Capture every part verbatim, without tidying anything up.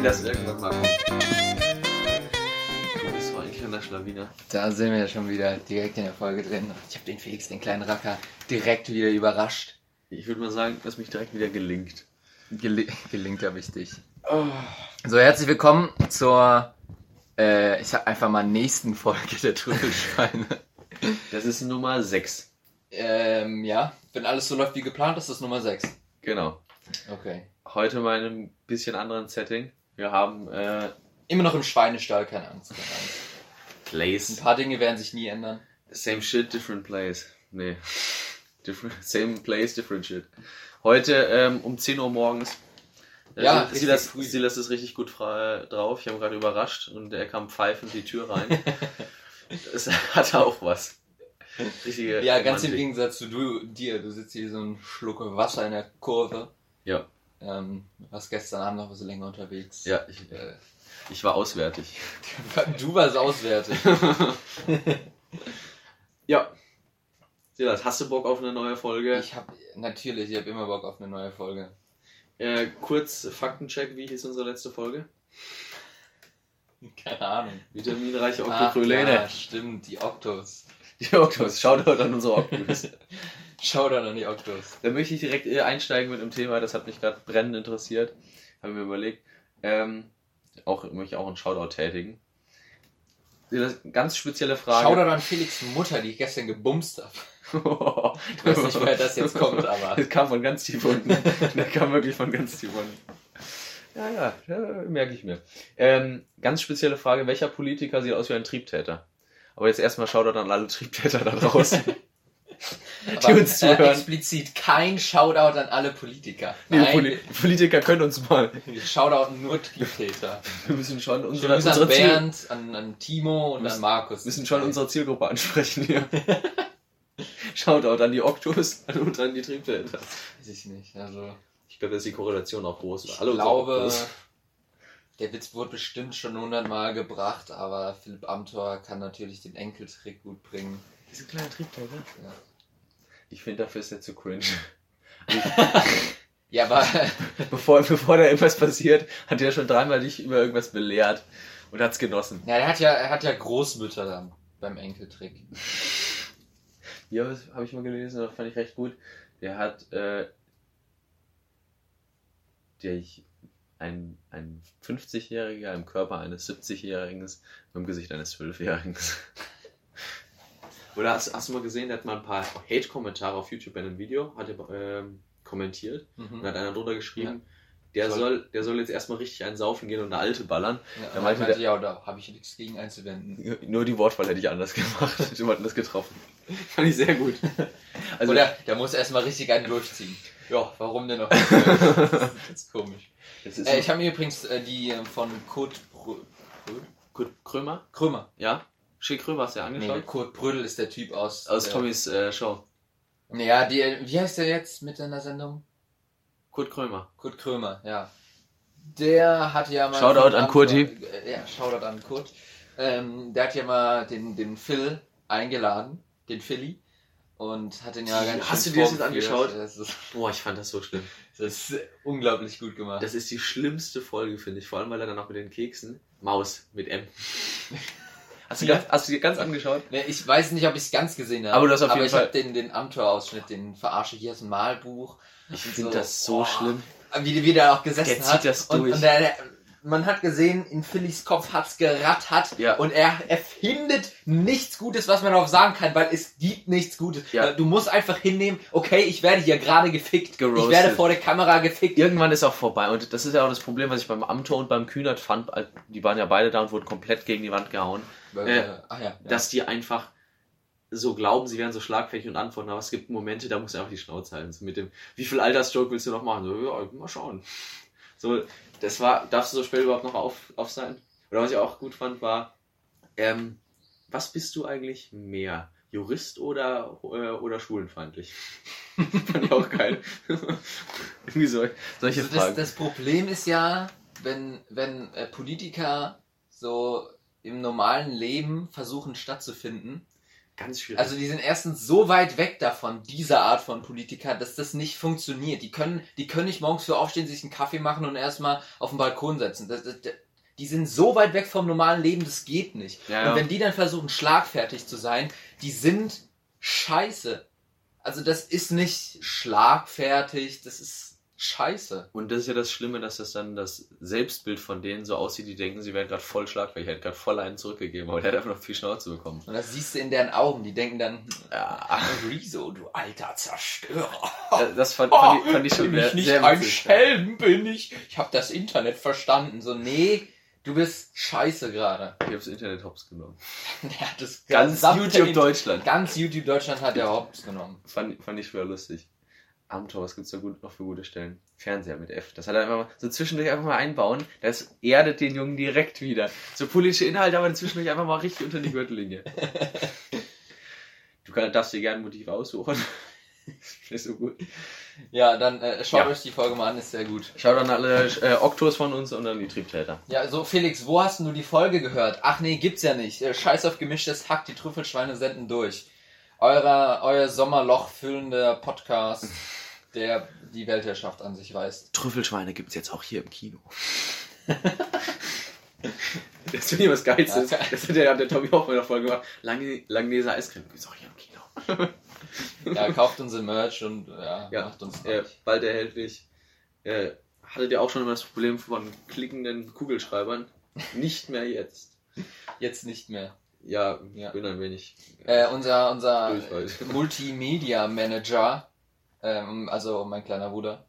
das irgendwann mal kommt. Du bist so ein kleiner Schlawiner. Da sind wir ja schon wieder direkt in der Folge drin. Ich habe den Felix, den kleinen Racker, direkt wieder überrascht. Ich würde mal sagen, du hast mich direkt wieder gelingt. Gel- gelingt ja wichtig. Oh. So, herzlich willkommen zur, äh, ich sag einfach mal nächsten Folge der Trüffelschweine. Das ist Nummer sechs. Ähm, ja, wenn alles so läuft wie geplant, ist das Nummer sechs. Genau. Okay. Heute mal in einem bisschen anderen Setting. Wir haben, äh... Immer noch im Schweinestall, keine Angst. Keine Angst. Place. Ein paar Dinge werden sich nie ändern. Same shit, different place. Nee. Different, same place, different shit. Heute ähm, um zehn Uhr morgens. Ja, äh, Silas, Silas ist richtig gut frei, drauf. Ich habe ihn gerade überrascht und er kam pfeifend die Tür rein. Das hatte auch was. Richtige ja, ganz Romantik. im Gegensatz zu du, dir. Du sitzt hier so ein Schluck Wasser in der Kurve. Ja. Ähm, warst gestern Abend noch ein bisschen länger unterwegs. Ja, ich, äh, ich war auswärtig. Du warst auswärtig. Ja. Silas, hast du Bock auf eine neue Folge? Ich hab, natürlich, ich habe immer Bock auf eine neue Folge. Äh, kurz Faktencheck, wie hieß unsere letzte Folge? Keine Ahnung. Vitaminreiche Ach, Oktoprylene. ja, stimmt, die Oktos. Die Oktos, Shoutout an unsere Oktos. Shoutout an die Oktos. Da möchte ich direkt äh, einsteigen mit einem Thema, das hat mich gerade brennend interessiert. Habe mir überlegt. Ähm, auch, möchte ich auch einen Shoutout tätigen. Das ist eine ganz spezielle Frage. Shoutout an Felix' Mutter, die ich gestern gebumst habe. Ich weiß nicht, woher das jetzt kommt, aber... Das kam von ganz tief unten. Das kam wirklich von ganz tief unten. Ja, ja, ja, merke ich mir. Ähm, ganz spezielle Frage, welcher Politiker sieht aus wie ein Triebtäter? Aber jetzt erstmal Shoutout an alle Triebtäter da draußen, die aber, uns zuhören. Äh, explizit kein Shoutout an alle Politiker. Nee, Nein, Poli- Politiker können uns mal. wir shoutouten nur Triebtäter. Wir müssen schon Wir unsere, müssen an unsere, Ziel, Bernd, an, an Timo und müssen- an Markus. müssen schon unsere Zielgruppe ansprechen hier. Shoutout an die Oktos und an die Triebtäter. Weiß ich nicht, also... Ich glaube, da ist die Korrelation auch groß. Ich Alle unsere glaube, Oktos. der Witz wurde bestimmt schon hundertmal gebracht, aber Philipp Amthor kann natürlich den Enkeltrick gut bringen. Diese kleinen Triebtäter? Ja, Ich finde, dafür ist er zu cringe. ja aber Bevor, bevor da irgendwas passiert, hat er schon dreimal dich über irgendwas belehrt und hat's genossen. ja, er hat ja, er hat ja Großmütter dann beim Enkeltrick. Ja, das habe ich mal gelesen, das fand ich recht gut. Der hat äh, der ich, ein, ein fünfzigjähriger im Körper eines siebzigjährigen im Gesicht eines zwölfjährigen. Oder hast, hast du mal gesehen, der hat mal ein paar Hate-Kommentare auf YouTube bei einem Video, hat er ähm, kommentiert Mhm. und hat einer drunter geschrieben, Ja. der Soll- soll, der soll jetzt erstmal richtig einen saufen gehen und eine alte ballern. Ja, Da da meinte meinte der- ja, da habe ich nichts gegen einzuwenden. Nur die Wortwahl hätte ich anders gemacht. Wir hatten das getroffen. Fand ich sehr gut. Also, Oder der muss erstmal richtig einen durchziehen. Ja, warum denn noch? Das ist jetzt komisch. das ist Äh, ich habe mir übrigens äh, die äh, von Kurt Brö- Brö- Kurt Krömer? Krömer. Ja? Schick Krömer, hast du ja Nee, angeschaut? der Kurt Brödel ist der Typ aus... Aus äh, Tommys äh, Show. Ja, die, wie heißt der jetzt mit in der Sendung? Kurt Krömer. Kurt Krömer, ja. Der hat ja mal... Shoutout von an Anfang- Kurti. äh, Ja, Shoutout an Kurt. Ähm, der hat ja mal den, den Phil eingeladen, den Philly. Und hat den ja Die- ganz hast schön du dir das jetzt vorgeführt. angeschaut? Das ist, Boah, ich fand das so schlimm. das ist unglaublich gut gemacht. Das ist die schlimmste Folge, finde ich. Vor allem, weil er dann auch mit den Keksen... Maus mit M. Hast du, Ja. ganz, hast du dir ganz angeschaut? Ne, ich weiß nicht, ob ich es ganz gesehen habe. Aber du hast auf aber jeden ich Fall- habe den, den Amtor-Ausschnitt, den verarsche hier ist ein Malbuch. Ich Und finde das so boah, schlimm. Wie, wie der auch gesessen Der zieht hat. das und, durch. Und der, der, man hat gesehen, in Phillys Kopf hat's gerattert. Ja. Und er, er findet nichts Gutes, was man darauf sagen kann, weil es gibt nichts Gutes. Ja. Du musst einfach hinnehmen, okay, ich werde hier gerade gefickt. Geroastet. Ich werde vor der Kamera gefickt. Irgendwann ist auch vorbei. Und das ist ja auch das Problem, was ich beim Amtor und beim Kühnert fand. Die waren ja beide da und wurden komplett gegen die Wand gehauen. Äh, Äh, ach ja, ja. Dass die einfach so glauben, sie wären so schlagfertig und antworten, aber es gibt Momente, da muss er einfach die Schnauze halten. So mit dem, wie viel Altersjoke willst du noch machen? So, ja, mal schauen. So, das war, darfst du so spät überhaupt noch auf, auf sein? Oder was ich auch gut fand, war, ähm, was bist du eigentlich mehr? Jurist oder, äh, oder schwulenfeindlich? Fand ich auch geil. Irgendwie so, solche Also das, Fragen. das Problem ist ja, wenn, wenn äh, Politiker so im normalen Leben versuchen stattzufinden, Ganz schwierig. Also die sind erstens so weit weg davon, dieser Art von Politiker, dass das nicht funktioniert. Die können, die können nicht morgens für aufstehen, sich einen Kaffee machen und erstmal auf den Balkon setzen. Das, das, die sind so weit weg vom normalen Leben, das geht nicht. Ja, ja. Und wenn die dann versuchen, schlagfertig zu sein, die sind scheiße. Also das ist nicht schlagfertig, das ist scheiße. Und das ist ja das Schlimme, dass das dann das Selbstbild von denen so aussieht, die denken, sie wären gerade voll schlagfertig, er hat gerade voll einen zurückgegeben, aber der hat einfach noch viel Schnauze bekommen. Und das siehst du in deren Augen, die denken dann, Ja. Rezo, du alter Zerstörer. Das, das fand, fand, ich, fand ich schon bin sehr, ich nicht sehr ein witzig. Schelm, bin ich. Ich habe das Internet verstanden. So, nee, du bist scheiße gerade. Ich hab's Internet hops genommen. Der hat das Ganz gesamte YouTube In- Deutschland. Ganz YouTube Deutschland hat der hops genommen. Fand, fand ich früher lustig. Abenteuer, was gibt's da gut, noch für gute Stellen? Fernseher mit F. Das hat er einfach mal so zwischendurch einfach mal einbauen. Das erdet den Jungen direkt wieder. So politische Inhalte, aber zwischendurch einfach mal richtig unter die Gürtellinie. Du kannst, darfst dir gerne ein Motiv aussuchen. Ist so gut. Ja, dann äh, schaut Ja. euch die Folge mal an, ist sehr gut. Schaut an alle äh, Oktos von uns und an die Triebtäter. Ja, so Felix, wo hast denn du die Folge gehört? Ach nee, gibt's ja nicht. Äh, Scheiß auf gemischtes Hack, die Trüffelschweine senden durch. Euer, euer Sommerloch füllende Podcast, der die Weltherrschaft an sich weist. Trüffelschweine gibt's jetzt auch hier im Kino. Das finde ich was Geilstes. Ja. Das hat der, hat der Tommy auch mal in der Folge gemacht. Lange, Langnese Eiscreme gibt's auch hier im Kino. Ja, kauft unser Merch und ja, Ja, macht uns äh, reich. bald erhältlich. Äh, hattet ihr auch schon immer das Problem von klickenden Kugelschreibern? Nicht mehr jetzt. Jetzt nicht mehr. Ja, ich Ja. bin ein wenig. Äh, unser unser Durch heute. Multimedia Manager, ähm, also mein kleiner Bruder.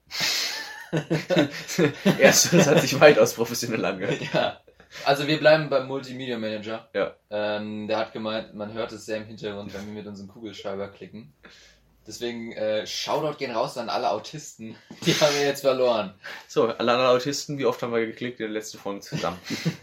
Erstes hat sich weitaus professionell angehört. Ja. Also wir bleiben beim Multimedia Manager. Ja. Ähm, der hat gemeint, man hört es sehr im Hintergrund, wenn wir mit unserem Kugelschreiber klicken. Deswegen äh, Shoutout gehen raus an alle Autisten. Die haben wir jetzt verloren. So, alle anderen Autisten, wie oft haben wir geklickt in der letzten Folge zusammen?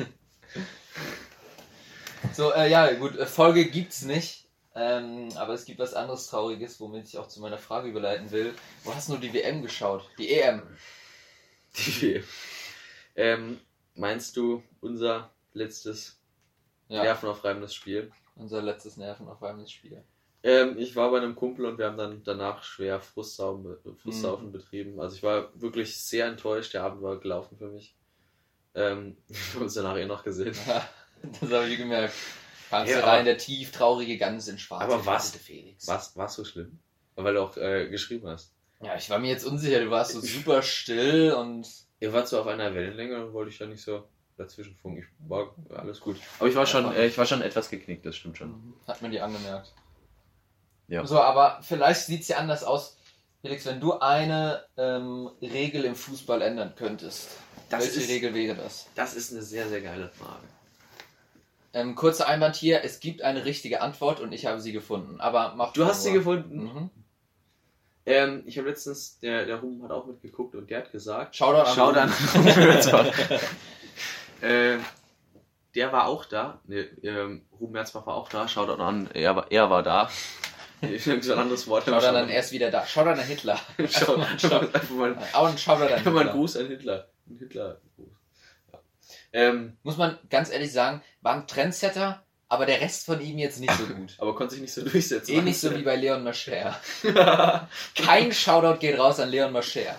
So, äh, ja, gut, äh, Folge gibt's nicht. Ähm, aber es gibt was anderes Trauriges, womit ich auch zu meiner Frage überleiten will. Wo hast du nur die W M geschaut? Die E M. Die W M. Ähm, meinst du unser letztes Ja, nervenaufreibendes Spiel? unser letztes nervenaufreibendes Spiel. Ähm, ich war bei einem Kumpel und wir haben dann danach schwer Frustsaufen, Frustsaufen betrieben. Also ich war wirklich sehr enttäuscht. Der Abend war gelaufen für mich. Ähm, wir haben uns danach eh noch gesehen. Ja, das habe ich gemerkt. Kamst Ja, du aber- rein, der tief traurige Gans in schwarz. Aber was? gekleidete Felix. Was war so schlimm? Weil du auch äh, geschrieben hast. Ja, ich war mir jetzt unsicher, du warst so super still und... Ihr wart so auf einer Wellenlänge und wollte ich ja nicht so dazwischen funken. Ich war alles gut. Aber ich war schon, äh, ich war schon etwas geknickt, das stimmt schon. Hat man die angemerkt. Ja. So, aber vielleicht sieht's ja anders aus. Felix, wenn du eine ähm, Regel im Fußball ändern könntest, Das welche ist- Regel wäre das? Das ist eine sehr, sehr geile Frage. Ähm, kurzer Einwand hier, es gibt eine richtige Antwort und ich habe sie gefunden. Aber mach Du hast sie gefunden? Mhm. Ähm, ich habe letztens, der, der Ruben hat auch mitgeguckt und der hat gesagt, Shoutout an schau Ruben. dann. ähm, der war auch da. Ne, ähm, Ruben Merzbach war auch da. Schau dann an, er war, er war da. Ich habe so ein anderes Wort. Shoutout an, er ist wieder da. Shoutout an Hitler. Schau, Schau- einfach mal, Auch ein Shoutout an einfach mal einen Hitler. Gruß an Hitler. Ein Hitler-Gruß. Ja. Ähm, Muss man ganz ehrlich sagen, war ein Trendsetter, aber der Rest von ihm jetzt nicht so gut. aber konnte sich nicht so durchsetzen. Ähnlich so wie bei Leon Mascher. Kein Shoutout geht raus an Leon Mascher.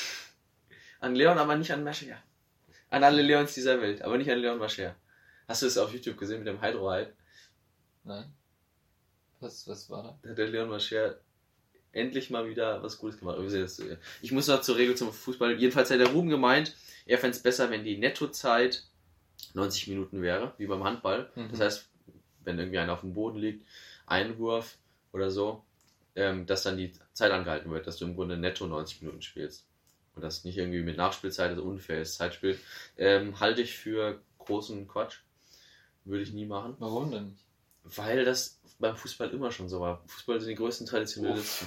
An Leon, aber nicht an Mascher. An alle Leons dieser Welt, aber nicht an Leon Mascher. Hast du es auf YouTube gesehen mit dem Hydro-Hype? Nein. Was, was war da? Da hat der Leon Mascher endlich mal wieder was Gutes gemacht. Ich muss noch zur Regel zum Fußball. Jedenfalls hat der Ruben gemeint, er fände es besser, wenn die Nettozeit neunzig Minuten wäre, wie beim Handball. Mhm. Das heißt, wenn irgendwie einer auf dem Boden liegt, Einwurf oder so, ähm, dass dann die Zeit angehalten wird, dass du im Grunde netto neunzig Minuten spielst. Und das nicht irgendwie mit Nachspielzeit, also unfaires Zeitspiel. Ähm, halte ich für großen Quatsch. Würde ich nie machen. Warum denn nicht? Weil das beim Fußball immer schon so war. Fußball sind die größten Traditionalisten.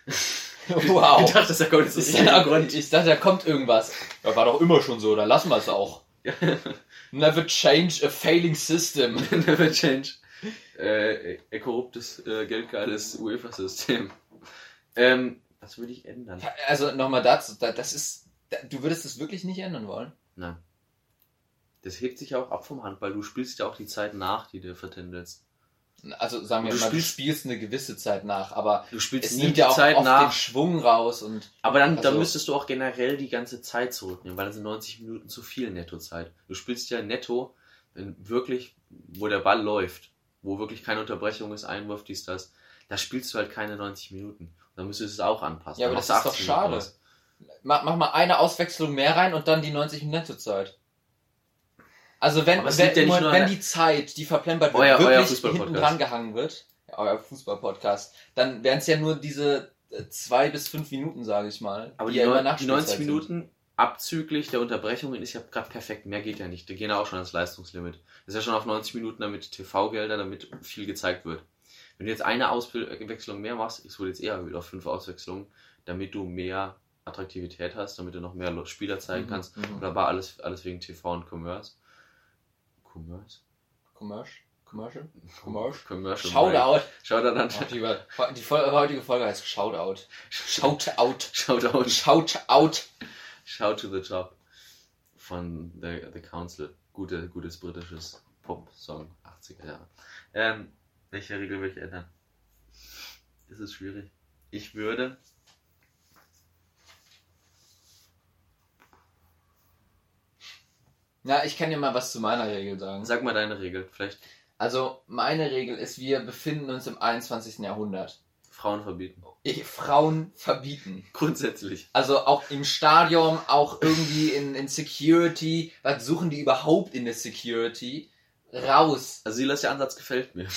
Wow. Ich dachte, das kommt jetzt Ich, aus dem dachte, Grund. ich dachte, da kommt irgendwas. Ja, war doch immer schon so, dann lassen wir es auch. Never change a failing system. Never change. Äh, ein korruptes, äh, geldgeiles UEFA-System. Ähm, was würde ich ändern? Also nochmal dazu, da- das ist, da- du würdest das wirklich nicht ändern wollen? Nein. Das hebt sich ja auch ab vom Handball. Du spielst ja auch die Zeit nach, die du vertändelst. Also sagen wir Du mal, du spielst- spielst eine gewisse Zeit nach, aber Du spielst es nie nimmt die ja auch Zeit oft nach. den Schwung raus und Aber dann, Also- dann müsstest du auch generell die ganze Zeit zurücknehmen, weil dann sind neunzig Minuten zu viel Nettozeit. Du spielst ja netto, wenn wirklich, wo der Ball läuft, wo wirklich keine Unterbrechung ist, Einwurf, dies, das, da spielst du halt keine neunzig Minuten. Dann müsstest du es auch anpassen. ja, aber Dann das ist machst du doch achtzig Minuten schade. raus. Mach, mach mal eine Auswechslung mehr rein und dann die neunzig Minuten Nettozeit. Also wenn, Aber es wenn, liegt ja nicht nur an wenn der- die Zeit, die verplempert wird, Euer- euer wirklich Fußball-Podcast. hinten dran gehangen wird, ja, euer Fußball-Podcast, dann wären es ja nur diese äh, zwei bis fünf Minuten, sage ich mal. Aber die, ja immer neun- die neunzig Nachspielzeit sind. Minuten abzüglich der Unterbrechungen ist ja gerade perfekt. Mehr geht ja nicht. Die gehen ja auch schon ans Leistungslimit. Das ist ja schon auf neunzig Minuten, damit T V-Gelder, damit viel gezeigt wird. Wenn du jetzt eine Auswechslung mehr machst, ich würde jetzt eher wieder auf fünf Auswechslungen, damit du mehr Attraktivität hast, damit du noch mehr Spieler zeigen Mhm, kannst. mhm. Oder war alles, alles wegen T V und Commerce? Commerce? Commercial? Commercial? Commercial? Commercial. Shoutout. Shoutout an. Ach, die, die Fol- heutige Folge heißt Shoutout. Shoutout. Shoutout. Shoutout. Shout to the Job von The, the Council. Gute, gutes britisches Pop-Song, achtziger Jahre. Ähm, welche Regel will ich ändern? Das ist schwierig. Ich würde. Na, ich kann dir mal was zu meiner Regel sagen. Sag mal deine Regel. Vielleicht Also, meine Regel ist, wir befinden uns im einundzwanzigsten Jahrhundert. Frauen verbieten. Ich, Frauen verbieten. Grundsätzlich. Also auch im Stadion, auch irgendwie in, in Security. Was suchen die überhaupt in der Security? Raus. Also Silas, der Ansatz gefällt mir.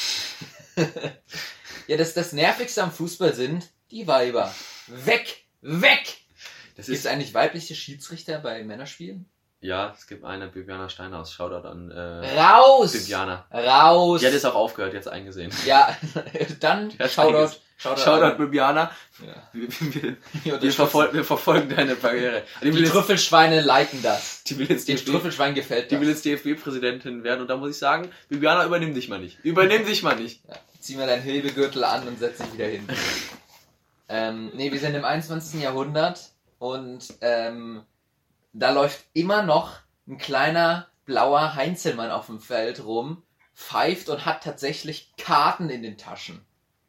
Ja, das, das Nervigste am Fußball sind die Weiber. Weg! Weg! Das Gibt es ist, eigentlich weibliche Schiedsrichter bei Männerspielen? ja, es gibt eine Bibiana Steinhaus. Shoutout an äh, Raus! Bibiana. Raus! Die hat jetzt auch aufgehört, jetzt eingesehen. Ja, dann Die hat Shoutout. einiges. Shoutout. Shoutout Bibiana. Ja. Wir, wir, Wir wir, verfol wir verfolgen deine Karriere. Die will Die jetzt, Trüffelschweine liken das. die will jetzt Dem D F B Trüffelschwein gefällt Die das. will jetzt D F B-Präsidentin werden und da muss ich sagen, Bibiana, übernimm dich mal nicht. Übernimm dich mal nicht. Ja, zieh mir deinen Hilbegürtel an und setz dich wieder hin. ähm, nee, wir sind im einundzwanzigsten Jahrhundert und ähm, da läuft immer noch ein kleiner blauer Heinzelmann auf dem Feld rum, pfeift und hat tatsächlich Karten in den Taschen.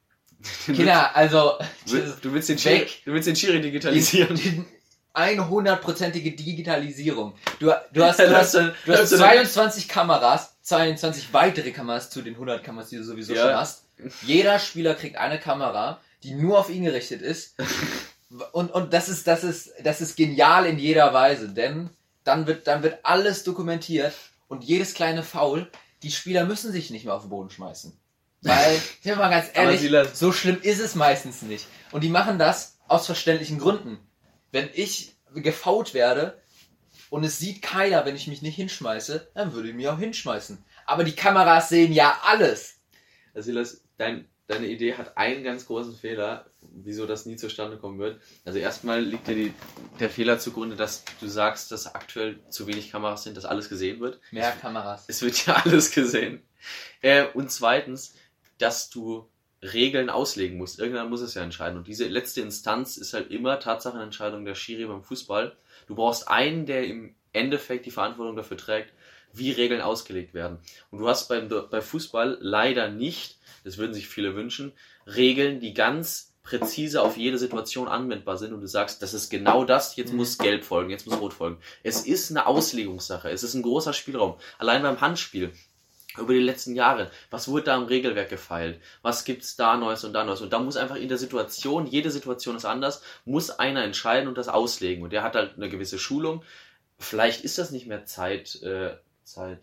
Kinder, also Du willst, du willst den Schiri, Weg. du willst den Schiri digitalisieren. die hundertprozentige Digitalisierung. Du, du hast, Ja, du das hast, ist dann- du das hast ist dann- zweiundzwanzig Kameras, zweiundzwanzig weitere Kameras zu den hundert Kameras, die du sowieso Ja. schon hast. Jeder Spieler kriegt eine Kamera, die nur auf ihn gerichtet ist. Und, und das ist, das ist, das ist genial in jeder Weise, denn dann wird, dann wird alles dokumentiert und jedes kleine Foul, die Spieler müssen sich nicht mehr auf den Boden schmeißen. Weil, sind wir mal ganz Aber ehrlich, Silas- so schlimm ist es meistens nicht. Und die machen das aus verständlichen Gründen. Wenn ich gefoult werde und es sieht keiner, wenn ich mich nicht hinschmeiße, dann würde ich mich auch hinschmeißen. Aber die Kameras sehen ja alles. Also Silas, dein, deine Idee hat einen ganz großen Fehler, wieso das nie zustande kommen wird. Also erstmal liegt dir die, der Fehler zugrunde, dass du sagst, dass aktuell zu wenig Kameras sind, dass alles gesehen wird. Mehr Kameras. Es wird ja alles gesehen. Äh, und zweitens, dass du Regeln auslegen musst. Irgendwann muss es ja entscheiden. Und diese letzte Instanz ist halt immer Tatsachenentscheidung der Schiri beim Fußball. Du brauchst einen, der im Endeffekt die Verantwortung dafür trägt, wie Regeln ausgelegt werden. Und du hast beim, bei Fußball leider nicht, das würden sich viele wünschen, Regeln, die ganz präzise auf jede Situation anwendbar sind und du sagst, das ist genau das, jetzt muss gelb folgen, jetzt muss rot folgen. Es ist eine Auslegungssache, es ist ein großer Spielraum. Allein beim Handspiel, über die letzten Jahre, was wurde da im Regelwerk gefeilt, was gibt's da Neues und da Neues und da muss einfach in der Situation, jede Situation ist anders, muss einer entscheiden und das auslegen und der hat halt eine gewisse Schulung. Vielleicht ist das nicht mehr Zeit, äh, Zeit,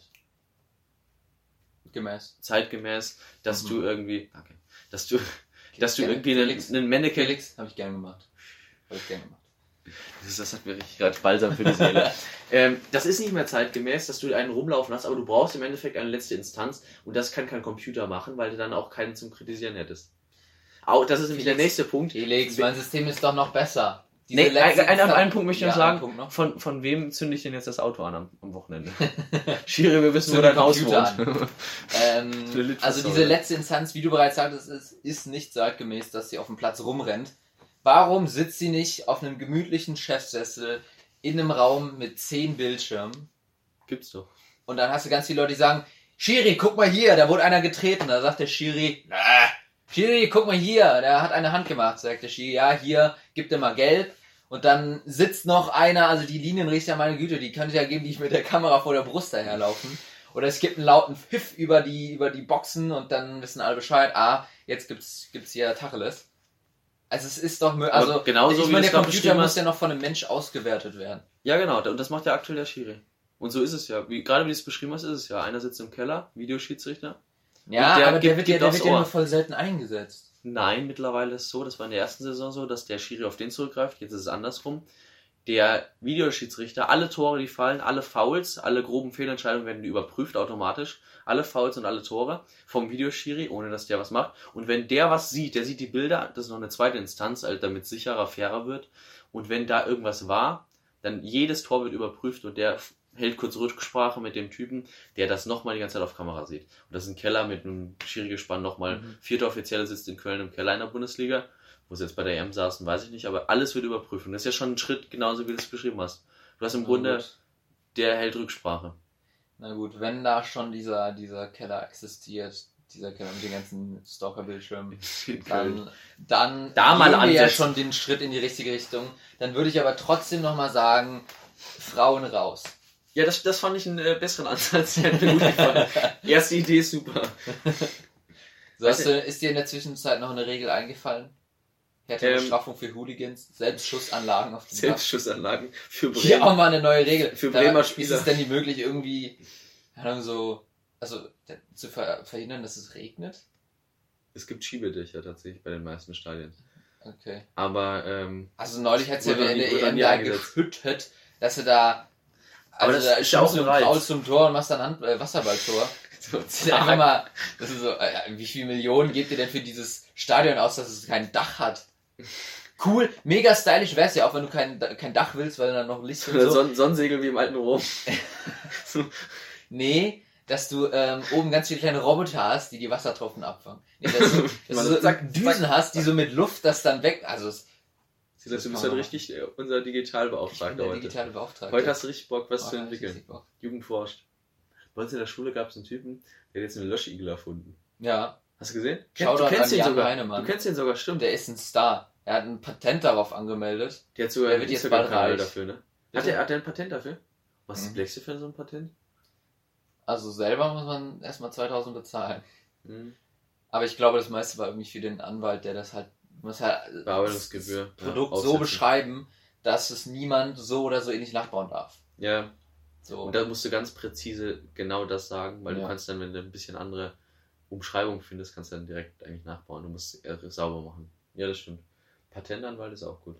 Gemäß. zeitgemäß, dass Mhm. du irgendwie, okay, dass du, dass du Gerne. irgendwie einen, Felix. einen Mannequin, Felix, habe ich gern gemacht. Habe ich gern gemacht. das, das hat mir richtig gerade balsam für die Seele. ähm, das ist nicht mehr zeitgemäß, dass du einen rumlaufen hast, aber du brauchst im Endeffekt eine letzte Instanz und das kann kein Computer machen, weil du dann auch keinen zum Kritisieren hättest. Auch, das ist nämlich der Felix. nächste Punkt. Felix, mein System ist doch noch besser. Nee, Diese ein, letzte ein, einen, Instanz- Punkt möchte ich Ja, noch sagen. einen Punkt noch. Von, von wem zünde ich denn jetzt das Auto an am, am Wochenende? Schiri, wir wissen, wo Zünd dein den Haus Computer wohnt. Ähm, Für Litfaßsäule. also diese letzte Instanz, wie du bereits sagtest, ist, ist nicht zeitgemäß, dass sie auf dem Platz rumrennt. Warum sitzt sie nicht auf einem gemütlichen Chefsessel in einem Raum mit zehn Bildschirmen? Gibt's doch. Und dann hast du ganz viele Leute, die sagen, Schiri, guck mal hier, da wurde einer getreten. Da sagt der Schiri, nah. Schiri, guck mal hier, der hat eine Hand gemacht. Sagt der Schiri, ja, hier, gib dir mal gelb. Und dann sitzt noch einer, also die Linienrichter, meine Güte, die könnte ja geben, die mit der Kamera vor der Brust daherlaufen. Oder es gibt einen lauten Pfiff über die, über die Boxen und dann wissen alle Bescheid, ah, jetzt gibt's, gibt's hier Tacheles. Also es ist doch, also aber genauso ich wie meine, du der es Computer muss hast. ja noch von einem Mensch ausgewertet werden. Ja, genau, und das macht ja aktuell der Schiri. Und so ist es ja. Wie, gerade wie du es beschrieben hast, ist es ja. Einer sitzt im Keller, Videoschiedsrichter. Ja, der aber der gibt- wird ja, gibt der aufs wird ja Ohr. nur voll selten eingesetzt. Nein, mittlerweile ist es so, das war in der ersten Saison so, dass der Schiri auf den zurückgreift, jetzt ist es andersrum. Der Videoschiedsrichter, alle Tore, die fallen, alle Fouls, alle groben Fehlentscheidungen werden überprüft automatisch. Alle Fouls und alle Tore vom Videoschiri, ohne dass der was macht. Und wenn der was sieht, der sieht die Bilder, das ist noch eine zweite Instanz, also damit es sicherer, fairer wird. Und wenn da irgendwas war, dann jedes Tor wird überprüft und der hält kurz Rücksprache mit dem Typen, der das nochmal die ganze Zeit auf Kamera sieht. Und das ist ein Keller mit einem Schiri-Gespann nochmal. Mhm. Vierter Offizielle sitzt in Köln im Keller in der Bundesliga. Wo sie jetzt bei der E M saßen, weiß ich nicht, aber alles wird überprüft. Und das ist ja schon ein Schritt, genauso wie du es beschrieben hast. Du hast im Na Grunde, gut. der hält Rücksprache. Na gut, wenn da schon dieser, dieser Keller existiert, dieser Keller mit den ganzen Stalker-Bildschirmen, In Köln. dann, dann Da mal gehen wir ja ansetzen. schon den Schritt in die richtige Richtung. Dann würde ich aber trotzdem nochmal sagen, Frauen raus. Ja, das, das fand ich einen äh, besseren Ansatz. Der hat mir gut gefallen. Erste Idee ist super. So, hast du, ist dir in der Zwischenzeit noch eine Regel eingefallen? Härtere Ähm, Bestrafung für Hooligans, Selbstschussanlagen auf dem Dach. Selbstschussanlagen für Hier Bremen. auch mal eine neue Regel. Für Da Bremer Ist Spieler. es denn nicht möglich, irgendwie, keine Ahnung, so, also da- zu ver verhindern, dass es regnet? Es gibt Schiebedächer tatsächlich bei den meisten Stadien. Okay. Aber, ähm, Also neulich hat es ja Wurde in nie- der wurde E M nie da eingesetzt. geschüttet, dass du da, Aber also das da ist ja auch schießt du ein Reiz. Foul zum Tor und machst dann Hand, äh, Wasserballtor. Das ist einfach mal, das ist so, äh, wie viel Millionen gebt ihr denn für dieses Stadion aus, dass es kein Dach hat? Cool, mega stylisch wär's ja auch, wenn du kein, kein Dach willst, weil dann noch Licht und Oder so. Son Sonnensegel wie im alten Rom. So. Nee, dass du ähm, oben ganz viele kleine Roboter hast, die die Wassertropfen abfangen. Nee, dass du, dass Man du so zack, Düsen zack, hast, die so mit Luft das dann weg, also es Du bist halt richtig äh, unser ich bin Digitalbeauftragter der heute. digitale Beauftragte. Heute hast du richtig Bock, was Oh, zu da hab ich entwickeln. richtig Bock. Jugend forscht. Bei uns in der Schule gab es einen Typen, der hat jetzt einen Löschigel erfunden. Ja, Hast du gesehen? Shoutout du kennst an ihn Jan sogar. Heinemann. Du kennst ihn sogar, stimmt. der ist ein Star. Er hat ein Patent darauf angemeldet. Der hat sogar Der einen wird jetzt bald Instagram-Kanal reich. dafür, ne? Hat Bitte? der, hat der ein Patent dafür? Was Mhm. legst du für so ein Patent? Also selber muss man erstmal zweitausend bezahlen. Hm. Aber ich glaube, das meiste war irgendwie für den Anwalt, der das halt, muss halt Bearbeitungsgebühr. das Produkt ja, so aufsetzen. beschreiben, dass es niemand so oder so ähnlich nachbauen darf. Ja, So. und da musst du ganz präzise genau das sagen, weil Ja. du kannst dann, wenn du ein bisschen andere Umschreibung findest, kannst du dann direkt eigentlich nachbauen. Du musst es eher sauber machen. Ja, das stimmt. Patentanwalt ist auch gut.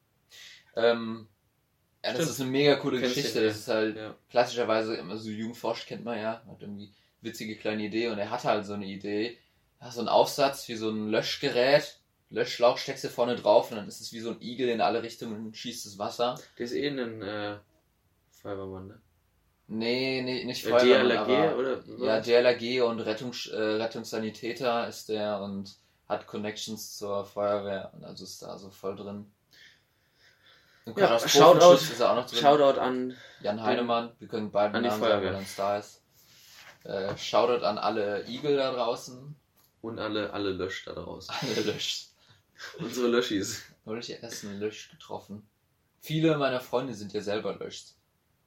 Ähm, ja, das Stimmt. ist eine mega coole Du kennst Geschichte. den, Das ist halt Ja. klassischerweise immer so Jugendforscht kennt man ja, hat irgendwie witzige kleine Idee und er hat halt so eine Idee. Ja, so einen Aufsatz wie so ein Löschgerät, Löschschlauch steckst du vorne drauf und dann ist es wie so ein Igel in alle Richtungen und schießt das Wasser. Der ist eh ein äh, Feuerwehrmann, ne? Nee, nee, nicht Äh, Feuerwehrmann, D L R G aber oder? ja, D L R G und Rettungs, äh, Rettungssanitäter ist der und hat Connections zur Feuerwehr und also ist da so voll drin. Und Ja, Katastrophenschutz Shoutout- ist er auch noch drin. Shoutout an. Jan Heinemann, wir können beide An die Namen sagen, Feuerwehr. weil er ein Star ist. Äh, Shoutout an alle Igel da draußen. Und alle, alle Lösch da draußen. Alle Löschs. Unsere Löschis. Neulich erst einen Lösch getroffen. Viele meiner Freunde sind ja selber Löschs.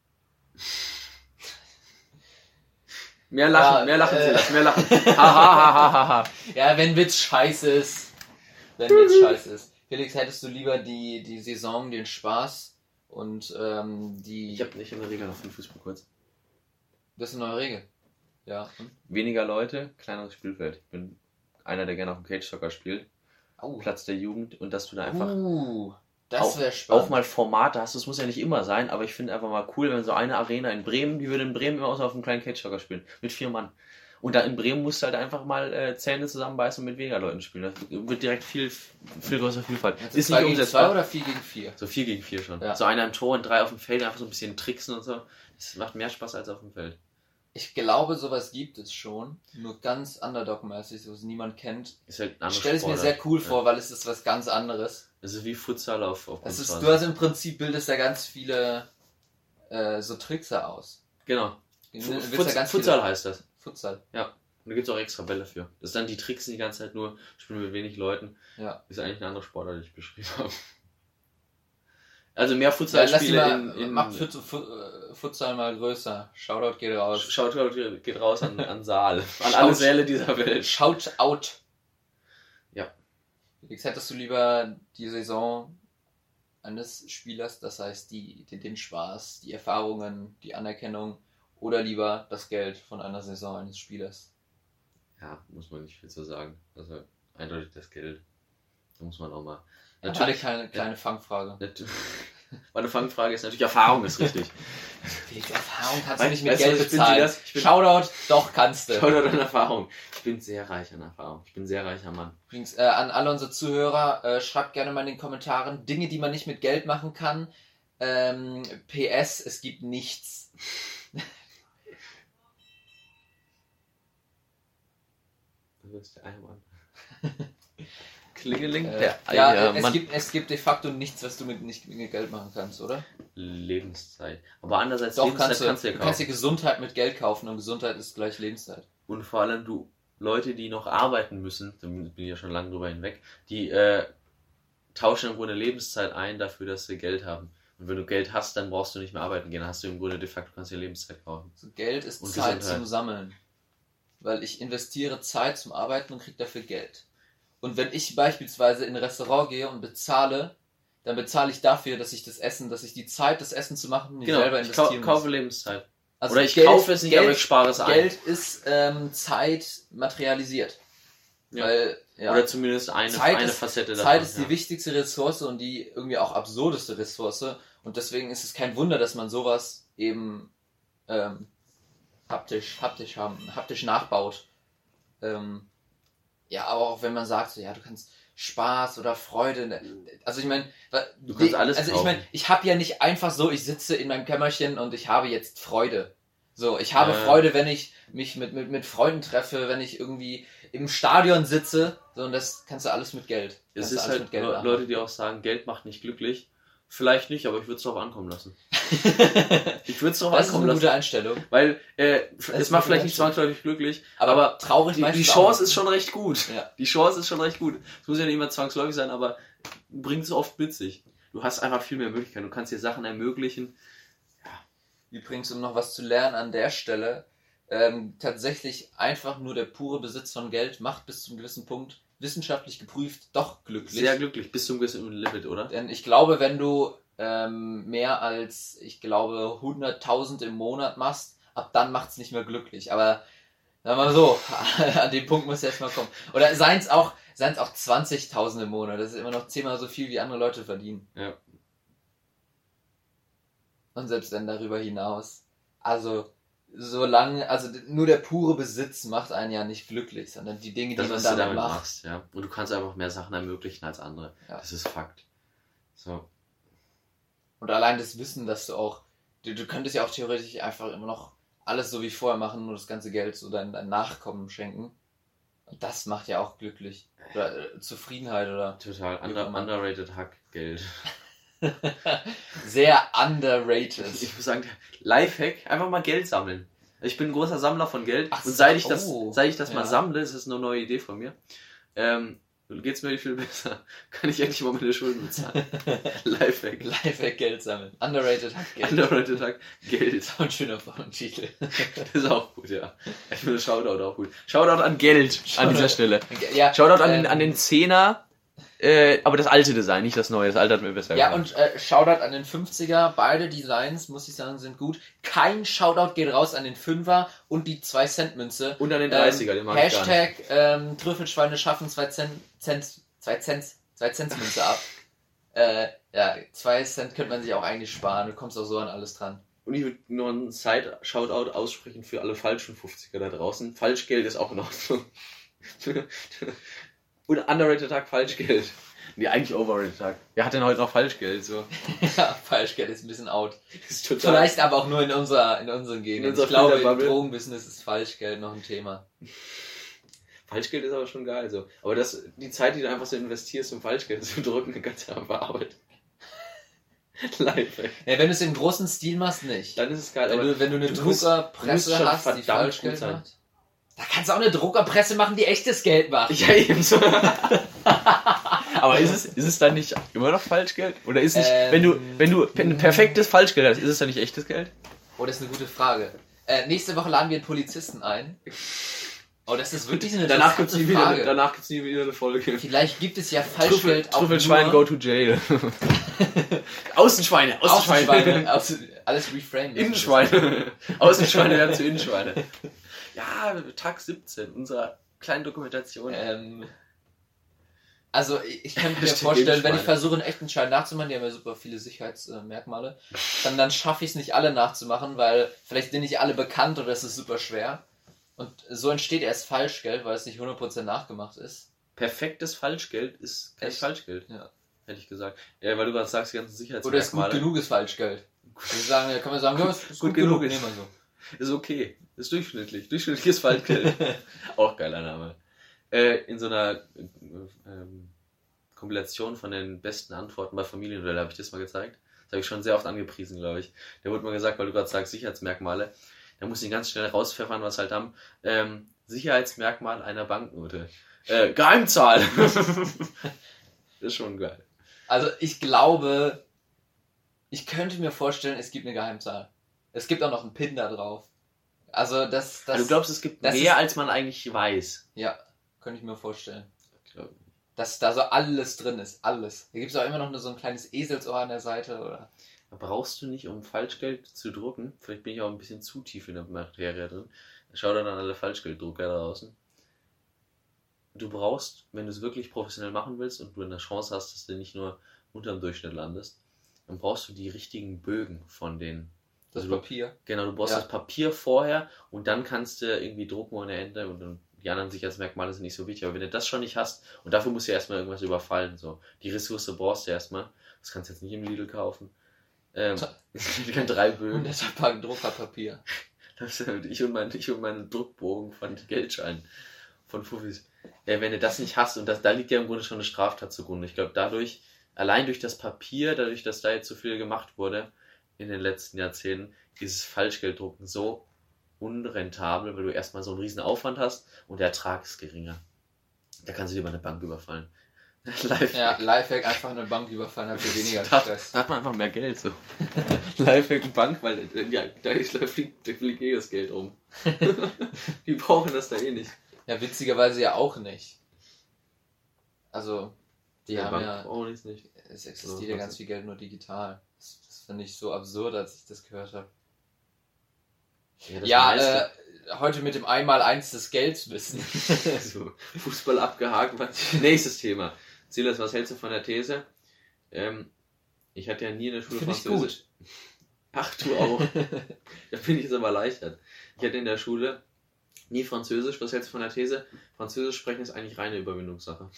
Mehr lachen, Ja, mehr lachen äh, Sie das, mehr lachen. Ha, ha, ha, ha, ha, ha. Ja, wenn Witz scheiße ist. Wenn Witz scheiße ist. Felix, hättest du lieber die, die Saison, den Spaß und ähm, die... Ich habe nicht in der Regel noch fünf Fußball kurz. Das ist eine neue Regel. Ja. Und? Weniger Leute, kleineres Spielfeld. Ich bin einer, der gerne auf dem Cage-Soccer spielt. Oh. Platz der Jugend und dass du da einfach Uh, das auch, wäre spannend. auch mal Formate hast. Das muss ja nicht immer sein, aber ich finde einfach mal cool, wenn so eine Arena in Bremen, die würde in Bremen immer außer auf einem kleinen Cage-Soccer spielen. Mit vier Mann. Und da in Bremen musst du halt einfach mal äh, Zähne zusammenbeißen und mit weniger Leuten spielen. Das wird direkt viel, viel größere Vielfalt. Also Ist zwei nicht gegen zwei umsetzbar. oder vier gegen vier? So vier gegen vier schon. Ja. So einer im Tor und drei auf dem Feld, einfach so ein bisschen tricksen und so. Das macht mehr Spaß als auf dem Feld. Ich glaube, sowas gibt es schon. Nur ganz Underdog-mäßig, so was niemand kennt. Ist halt ein Ich anderes stelle es mir sehr cool vor, weil es ist was ganz anderes. Das ist wie Futsal auf, auf Das ist, Kunstrasen. du hast im Prinzip, bildest da ganz viele äh, so Trickser aus. Genau. Du Fu- willst Futs- da ganz Futsal viele- heißt das. Futsal. Ja. Und da gibt es auch extra Bälle für. Das ist dann die Tricks die ganze Zeit nur, spielen mit wenig Leuten. Ja. Ist eigentlich eine andere Sportart, die ich beschrieben habe. Also mehr Ja, lass die Futsalspiele mal, in, in macht Fut- Fut- äh, Futsal mal größer. Shoutout geht raus. Shoutout geht raus an, an Saal. An alle Säle dieser Welt. Shoutout. Ja. Felix, hättest du lieber die Saison eines Spielers, das heißt die, den, den Spaß, die Erfahrungen, die Anerkennung oder lieber das Geld von einer Saison eines Spielers? Ja, muss man nicht viel zu sagen. Also eindeutig das Geld. Da muss man auch mal. Natürlich Natürlich. keine kleine Ja. Fangfrage. Nat- Meine Fangfrage ist natürlich Erfahrung, ist richtig. Felix, Erfahrung kannst du Weißt- nicht mit weißt du, Geld was ich bin? bezahlen. Das- ich bin- Shoutout, doch kannst du. Shoutout an Erfahrung. Ich bin sehr reich an Erfahrung. Ich bin ein sehr reicher Mann. Übrigens, äh, an alle unsere Zuhörer, äh, schreibt gerne mal in den Kommentaren Dinge, die man nicht mit Geld machen kann. Ähm, P S, es gibt nichts. Das ist der Eiermann. Klingeling, Äh, der ja, Eiermann. es gibt, es gibt de facto nichts, was du mit nicht mit Geld machen kannst, oder? Lebenszeit. Aber andererseits, Doch, Lebenszeit kannst du. kannst du Du ja kannst dir kaufen. Gesundheit mit Geld kaufen und Gesundheit ist gleich Lebenszeit. Und vor allem du, Leute, die noch arbeiten müssen, da bin ich ja schon lange drüber hinweg, die äh, tauschen im Grunde Lebenszeit ein dafür, dass sie Geld haben. Und wenn du Geld hast, dann brauchst du nicht mehr arbeiten gehen. Dann hast du im Grunde de facto, kannst dir Lebenszeit kaufen. So, Geld ist Und Zeit Gesundheit. zum Sammeln. Weil ich investiere Zeit zum Arbeiten und kriege dafür Geld. Und wenn ich beispielsweise in ein Restaurant gehe und bezahle, dann bezahle ich dafür, dass ich das Essen, dass ich die Zeit, das Essen zu machen, nicht Genau, selber ich kau investieren kaufe muss. Lebenszeit. Also Oder ich Geld- kaufe es nicht, Geld, aber ich spare es ein. Geld ist ähm, Zeit materialisiert. Ja. Weil, ja, Oder zumindest eine, Zeit eine ist- Facette davon. Zeit ist die ja. wichtigste Ressource und die irgendwie auch absurdeste Ressource. Und deswegen ist es kein Wunder, dass man sowas eben ähm, haptisch, haptisch haben, haptisch nachbaut. Ähm, ja, aber auch wenn man sagt, so, ja, du kannst Spaß oder Freude, also ich meine, Du kannst alles also ich kaufen. meine, ich habe ja nicht einfach so, ich sitze in meinem Kämmerchen und ich habe jetzt Freude. So, ich habe Äh. Freude, wenn ich mich mit, mit, mit Freunden treffe, wenn ich irgendwie im Stadion sitze, so, und das kannst du alles mit Geld. Es Kannst du ist alles halt mit Geld Le- machen. Leute, die auch sagen, Geld macht nicht glücklich. Vielleicht nicht, aber ich würde es drauf ankommen lassen. Ich würde es drauf Das ist ankommen eine lassen. gute Einstellung. Weil äh, ist es eine macht gute vielleicht nicht Einstellung. zwangsläufig glücklich, Aber, aber traurig die, die meistens Chance auch. ist schon recht gut. Ja. Die Chance ist schon recht gut. Es muss ja nicht immer zwangsläufig sein, aber bringt es oft mit sich. Du hast einfach viel mehr Möglichkeiten. Du kannst dir Sachen ermöglichen. Übrigens, um noch was zu lernen an der Stelle, ähm, tatsächlich einfach nur der pure Besitz von Geld macht bis zum gewissen Punkt, wissenschaftlich geprüft, doch glücklich. Sehr glücklich, bis zum gewissen Limit, oder? Denn ich glaube, wenn du ähm, mehr als, ich glaube, hunderttausend im Monat machst, ab dann macht es nicht mehr glücklich. Aber sagen wir mal so, an dem Punkt muss erst mal kommen. Oder seien es auch, seien's auch zwanzigtausend im Monat. Das ist immer noch zehnmal so viel, wie andere Leute verdienen. Ja. Und selbst dann darüber hinaus. Also, solange, also nur der pure Besitz macht einen ja nicht glücklich, sondern die Dinge, die Das, man was du damit damit macht. machst, ja. Und du kannst einfach mehr Sachen ermöglichen als andere. Ja. Das ist Fakt. So. Und allein das Wissen, dass du auch, du, du könntest ja auch theoretisch einfach immer noch alles so wie vorher machen, nur das ganze Geld so dein, dein Nachkommen schenken. Und das macht ja auch glücklich. Oder äh, Zufriedenheit oder Total. Wie Under, auch immer. underrated Hack Geld. sehr underrated. Ich muss sagen, Lifehack, einfach mal Geld sammeln. Ich bin ein großer Sammler von Geld. Ach und seit ich so, das, seit ich das mal ja. sammle, das ist eine neue Idee von mir, ähm, geht's mir viel besser. Kann ich endlich mal meine Schulden bezahlen. Lifehack. Lifehack Geld sammeln. Underrated hat Geld. Underrated Hack Geld. Das ist auch ein schöner Folgentitel. Das ist auch gut, ja. Ich finde Shoutout auch gut. Shoutout an Geld an dieser Stelle. Ja, Shoutout an, ähm, den, an den Zehner, äh, aber das alte Design, nicht das neue. Das alte hat mir besser Ja, gefallen. und äh, Shoutout an den fünfziger. Beide Designs, muss ich sagen, sind gut. Kein Shoutout geht raus an den Fünfer und die zwei Cent Münze. Und an den dreißiger, den mag ich gar nicht. Hashtag ähm, Trüffelschweine schaffen zwei Cent, Cent, zwei Cent, zwei Cent Münze ab. äh, ja, zwei Cent könnte man sich auch eigentlich sparen. Du kommst auch so an alles dran. Und ich würde nur einen Side-Shoutout aussprechen für alle falschen fünfziger da draußen. Falschgeld ist auch in Ordnung. Und underrated Tag Falschgeld. Nee, eigentlich overrated Tag. Wer hat denn heute noch Falschgeld? So. Ja, Falschgeld ist ein bisschen out. Das ist total. Vielleicht aber auch nur in unserer, in unseren Gegenden. unserer Ich glaube, im Filterbubble. Drogenbusiness ist Falschgeld noch ein Thema. Falschgeld ist aber schon geil. So. Aber das, die Zeit, die du einfach so investierst, um Falschgeld zu drücken, dann kannst du einfach arbeiten. Lifehack. Ja, wenn du es im großen Stil machst, nicht. Dann ist es geil. Wenn aber du, wenn du eine du musst- du musst Druckerpresse schon hast, die verdammt Falschgeld gut sein. macht. Da kannst du auch eine Druckerpresse machen, die echtes Geld macht. Ja, ebenso. Aber ist es, ist es dann nicht immer noch Falschgeld? Oder ist nicht, ähm, wenn du, wenn du ein perfektes Falschgeld hast, ist es dann nicht echtes Geld? Oh, das ist eine gute Frage. Äh, nächste Woche laden wir einen Polizisten ein. Oh, das ist wirklich eine danach gibt's nie wieder, Danach gibt es nie wieder eine Folge. Vielleicht gibt es ja Falschgeld auch Trüffelschwein, go to jail. Außenschweine, Außenschweine. Außenschweine aus, alles reframen. Innenschweine. Außenschweine werden zu Innenschweine. Ja, Tag siebzehn unserer kleinen Dokumentation. Ähm, also ich kann mir vorstellen, wenn ich versuche, einen echten Schein nachzumachen, die haben ja super viele Sicherheitsmerkmale, dann, dann schaffe ich es nicht alle nachzumachen, weil vielleicht sind nicht alle bekannt oder es ist super schwer. Und so entsteht erst Falschgeld, weil es nicht hundert Prozent nachgemacht ist. Perfektes Falschgeld ist kein Echt? Falschgeld, Ja. Hätte ich gesagt. Ja, weil du gerade sagst, die ganzen Sicherheitsmerkmale. Oder ist gut genuges Falschgeld. Wir sagen, ja, kann man sagen, ja, ist, ist gut, gut genug, genug. Nehmen wir so. Ist okay. Ist durchschnittlich. Durchschnittliches Falschgeld. Auch geiler Name. Äh, in so einer ähm, Kompilation von den besten Antworten bei Familienduell habe ich das mal gezeigt. Das habe ich schon sehr oft angepriesen, glaube ich. Da wurde mal gesagt, weil du gerade sagst, Sicherheitsmerkmale. Da muss ich ganz schnell rauspfeffern, was halt haben. Ähm, Sicherheitsmerkmal einer Banknote. Äh, Geheimzahl. Das ist schon geil. Also ich glaube, ich könnte mir vorstellen, es gibt eine Geheimzahl. Es gibt auch noch einen PIN da drauf. Also das... das also du glaubst, es gibt mehr, ist, als man eigentlich weiß? Ja, könnte ich mir vorstellen. Ich glaube nicht. Dass da so alles drin ist. Alles. Da gibt es auch immer noch so ein kleines Eselsohr an der Seite, oder... Brauchst du nicht, um Falschgeld zu drucken? Vielleicht bin ich auch ein bisschen zu tief in der Materie drin. Schau dann an alle Falschgelddrucker da draußen. Du brauchst, wenn du es wirklich professionell machen willst und du eine Chance hast, dass du nicht nur unterm Durchschnitt landest, dann brauchst du die richtigen Bögen von den... Das also Papier. Du, genau, du brauchst ja. das Papier vorher und dann kannst du irgendwie drucken ohne Ende und dann, die anderen Sicherheitsmerkmale sind nicht so wichtig. Aber wenn du das schon nicht hast, und dafür musst du ja erstmal irgendwas überfallen, so. Die Ressource brauchst du erstmal. Das kannst du jetzt nicht im Lidl kaufen. Ähm, ich kann drei Bögen. Und deshalb packen Druckerpapier. Das ist ich und mein, ich und meinen Druckbogen von Geldscheinen von Fuffis. Ja, wenn du das nicht hast, und das, da liegt ja im Grunde schon eine Straftat zugrunde. Ich glaube, dadurch, allein durch das Papier, dadurch, dass da jetzt so viel gemacht wurde in den letzten Jahrzehnten, dieses Falschgelddrucken so unrentabel, weil du erstmal so einen riesen Aufwand hast und der Ertrag ist geringer. Da kannst du dir mal eine Bank überfallen. Lifehack. Ja, Lifehack, einfach eine Bank überfallen, hat für weniger Stress. Da hat man einfach mehr Geld, so. Lifehack und Bank, weil, ja, da, ist, da, fliegt, da fliegt eh das Geld rum. Die brauchen das da eh nicht. Ja, witzigerweise ja auch nicht. Also, die ja, haben Bank ja, auch nicht, nicht. Es existiert so, ja ganz viel Geld nur digital. Das, das finde ich so absurd, als ich das gehört habe. Ja, ja äh, heute mit dem Einmaleins des Gelds wissen. So, Fußball abgehakt. Nächstes Thema. Silas, was hältst du von der These? Ähm, ich hatte ja nie in der Schule Französisch. Gut. Ach, du auch. Da bin ich jetzt aber erleichtert. Ich hatte in der Schule nie Französisch. Was hältst du von der These? Französisch sprechen ist eigentlich reine Überwindungssache.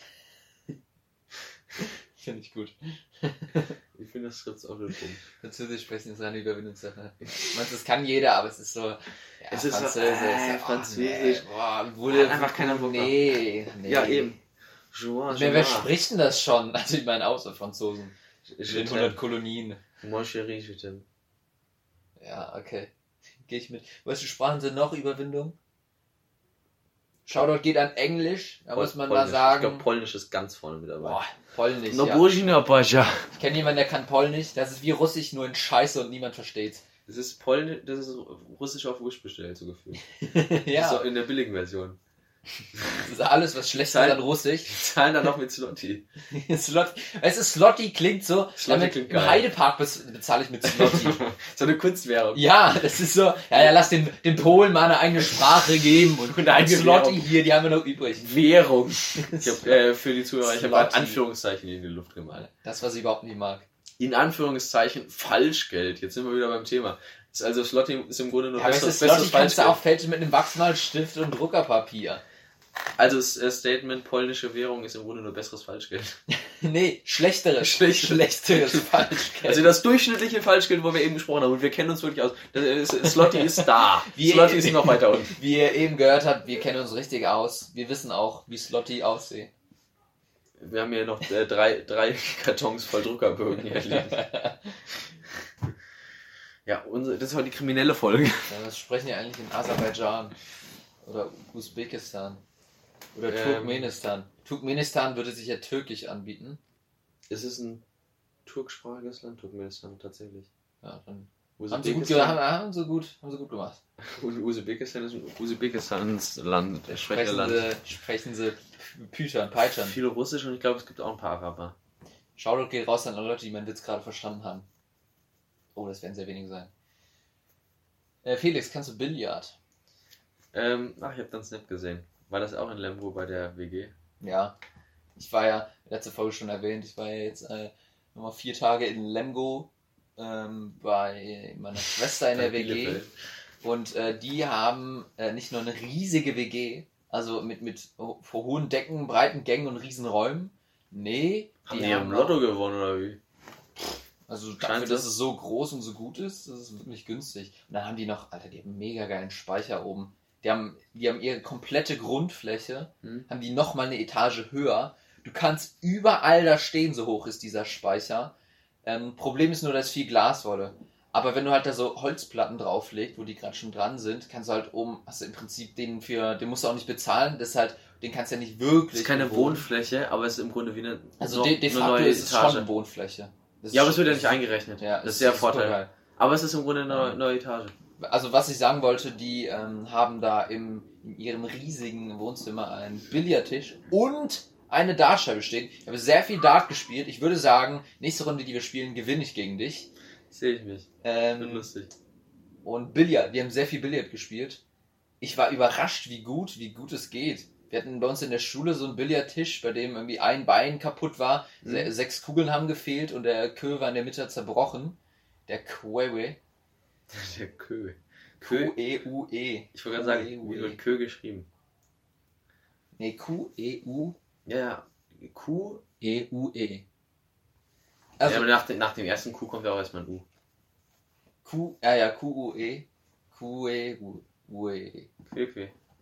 Finde ich gut. Ich finde, das trifft es auch nicht rum. Französisch sprechen ist eine Überwindungssache. Ich meine, das kann jeder, aber es ist so... Ja, es ist Französisch. So, äh, oh, Französisch. Nee, boah, wurde einfach keiner Bock. Nee, nee. Ja, eben. Joie, ich meine, wer spricht denn das schon? Also ich meine, außer Franzosen. In hundert Kolonien. Mon chéri, je t'aime. Ja, okay. Gehe ich mit. Welche Sprachen sind noch Überwindung? Shoutout geht an Englisch, da Pol- muss man Polnisch. mal sagen. Ich glaube, Polnisch ist ganz vorne mit dabei. Boah, Polnisch, no ja. Ich kenne jemanden, der kann Polnisch. Das ist wie Russisch, nur in Scheiße und niemand versteht's. Das ist Polnisch, das ist Russisch auf Wish bestellt, so gefühlt. Ja. Das ist in der billigen Version. Das ist alles, was schlecht ist an Russisch. Die zahlen dann noch mit Slotty. Slotty. Weißt du, Slotty klingt so, Slotty damit klingt im Heidepark bezahle ich mit Slotty. So eine Kunstwährung. Ja, das ist so, ja, ja, lass den, den Polen mal eine eigene Sprache geben und, und ein Slotty Währung. Hier, die haben wir noch übrig. Währung. Ich hab, äh, für die Zuhörer, ich habe Anführungszeichen in die Luft gemalt. Das, was ich überhaupt nicht mag. In Anführungszeichen Falschgeld. Jetzt sind wir wieder beim Thema. Ist also Slotty ist im Grunde nur ja, besseres, besseres Slotty kannst du auch fälschen mit einem Wachsmalstift und Druckerpapier. Also das Statement, polnische Währung ist im Grunde nur besseres Falschgeld. Nee, schlechteres. Schlecht. Schlechteres Falschgeld. Also das durchschnittliche Falschgeld, wo wir eben gesprochen haben, und wir kennen uns wirklich aus. Das ist, Slotty ist da. Wie Slotty ist noch weiter unten. Wie ihr eben gehört habt, wir kennen uns richtig aus. Wir wissen auch, wie Slotty aussieht. Wir haben hier noch äh, drei, drei Kartons voll Druckerbögen hier liegen. Ja, unsere, das war die kriminelle Folge. Ja, das sprechen ja eigentlich in Aserbaidschan. Oder Usbekistan. Oder Ähm. Turkmenistan. Turkmenistan würde sich ja türkisch anbieten. Ist es ein turksprachiges Land? Turkmenistan tatsächlich. Ja, dann haben sie, gut, ge- Usbekistan, haben, haben, sie gut, haben sie gut gemacht. Usbekistan ist ein Usbekistans Land, der schwächere Sprechen Land. sie, sprechen sie Pütern, Peitschern. Viel Russisch und ich glaube, es gibt auch ein paar Araber. Shoutout geht raus an alle Leute, die meinen Witz gerade verstanden haben. Oh, das werden sehr wenige sein. Äh, Felix, kannst du Billard? Ähm, ach, ich habe dann Snap gesehen. War das auch in Lemgo bei der W G? Ja. Ich war ja, letzte Folge schon erwähnt, ich war ja jetzt äh, nochmal vier Tage in Lemgo ähm, bei meiner Schwester in der W G. Bielefeld. Und äh, die haben äh, nicht nur eine riesige W G, also mit, mit ho- vor hohen Decken, breiten Gängen und riesen Räumen. Nee, Haben die im Lotto gewonnen oder wie? Also Scheint dafür, es. dass es so groß und so gut ist, das ist wirklich günstig. Und dann haben die noch, Alter, die haben einen mega geilen Speicher oben. Die haben, die haben ihre komplette Grundfläche, Hm. haben die nochmal eine Etage höher. Du kannst überall da stehen, so hoch ist dieser Speicher. Ähm, Problem ist nur, da ist viel Glaswolle. Aber wenn du halt da so Holzplatten drauflegst, wo die gerade schon dran sind, kannst du halt oben, hast du im Prinzip den für, den musst du auch nicht bezahlen, das ist halt, den kannst du ja nicht wirklich. Das ist keine bewohnen. Wohnfläche, aber es ist im Grunde wie eine, Also noch de, de eine facto neue ist es Etage. schon Wohnfläche. Das Ja, aber ist- es wird ja nicht eingerechnet. Ja, das ist der super Vorteil. geil. Aber es ist im Grunde eine neue, Ja. neue Etage. Also was ich sagen wollte, die ähm, haben da im, in ihrem riesigen Wohnzimmer einen Billardtisch und eine Dartscheibe stehen. Ich habe sehr viel Dart gespielt. Ich würde sagen, nächste Runde, die wir spielen, gewinne ich gegen dich. Sehe ich mich. Wird Ähm, lustig. und Billard, wir haben sehr viel Billard gespielt. Ich war überrascht, wie gut, wie gut es geht. Wir hatten bei uns in der Schule so einen Billardtisch, bei dem irgendwie ein Bein kaputt war, Mhm. se sechs Kugeln haben gefehlt und der Kö war in der Mitte zerbrochen. Der Queue. Der Kö. Kö. Q-E-U-E. Ich wollte gerade sagen, Q E U E. wie wird Kö geschrieben? Nee, Q-E-U-E. Ja, ja. Q. E-U-E. Also, Also, ja, aber nach, dem, nach dem ersten Q kommt ja auch erstmal ein U. Q, ja, ja, Q-U-E. Q-E-U-E. Kö, Kö.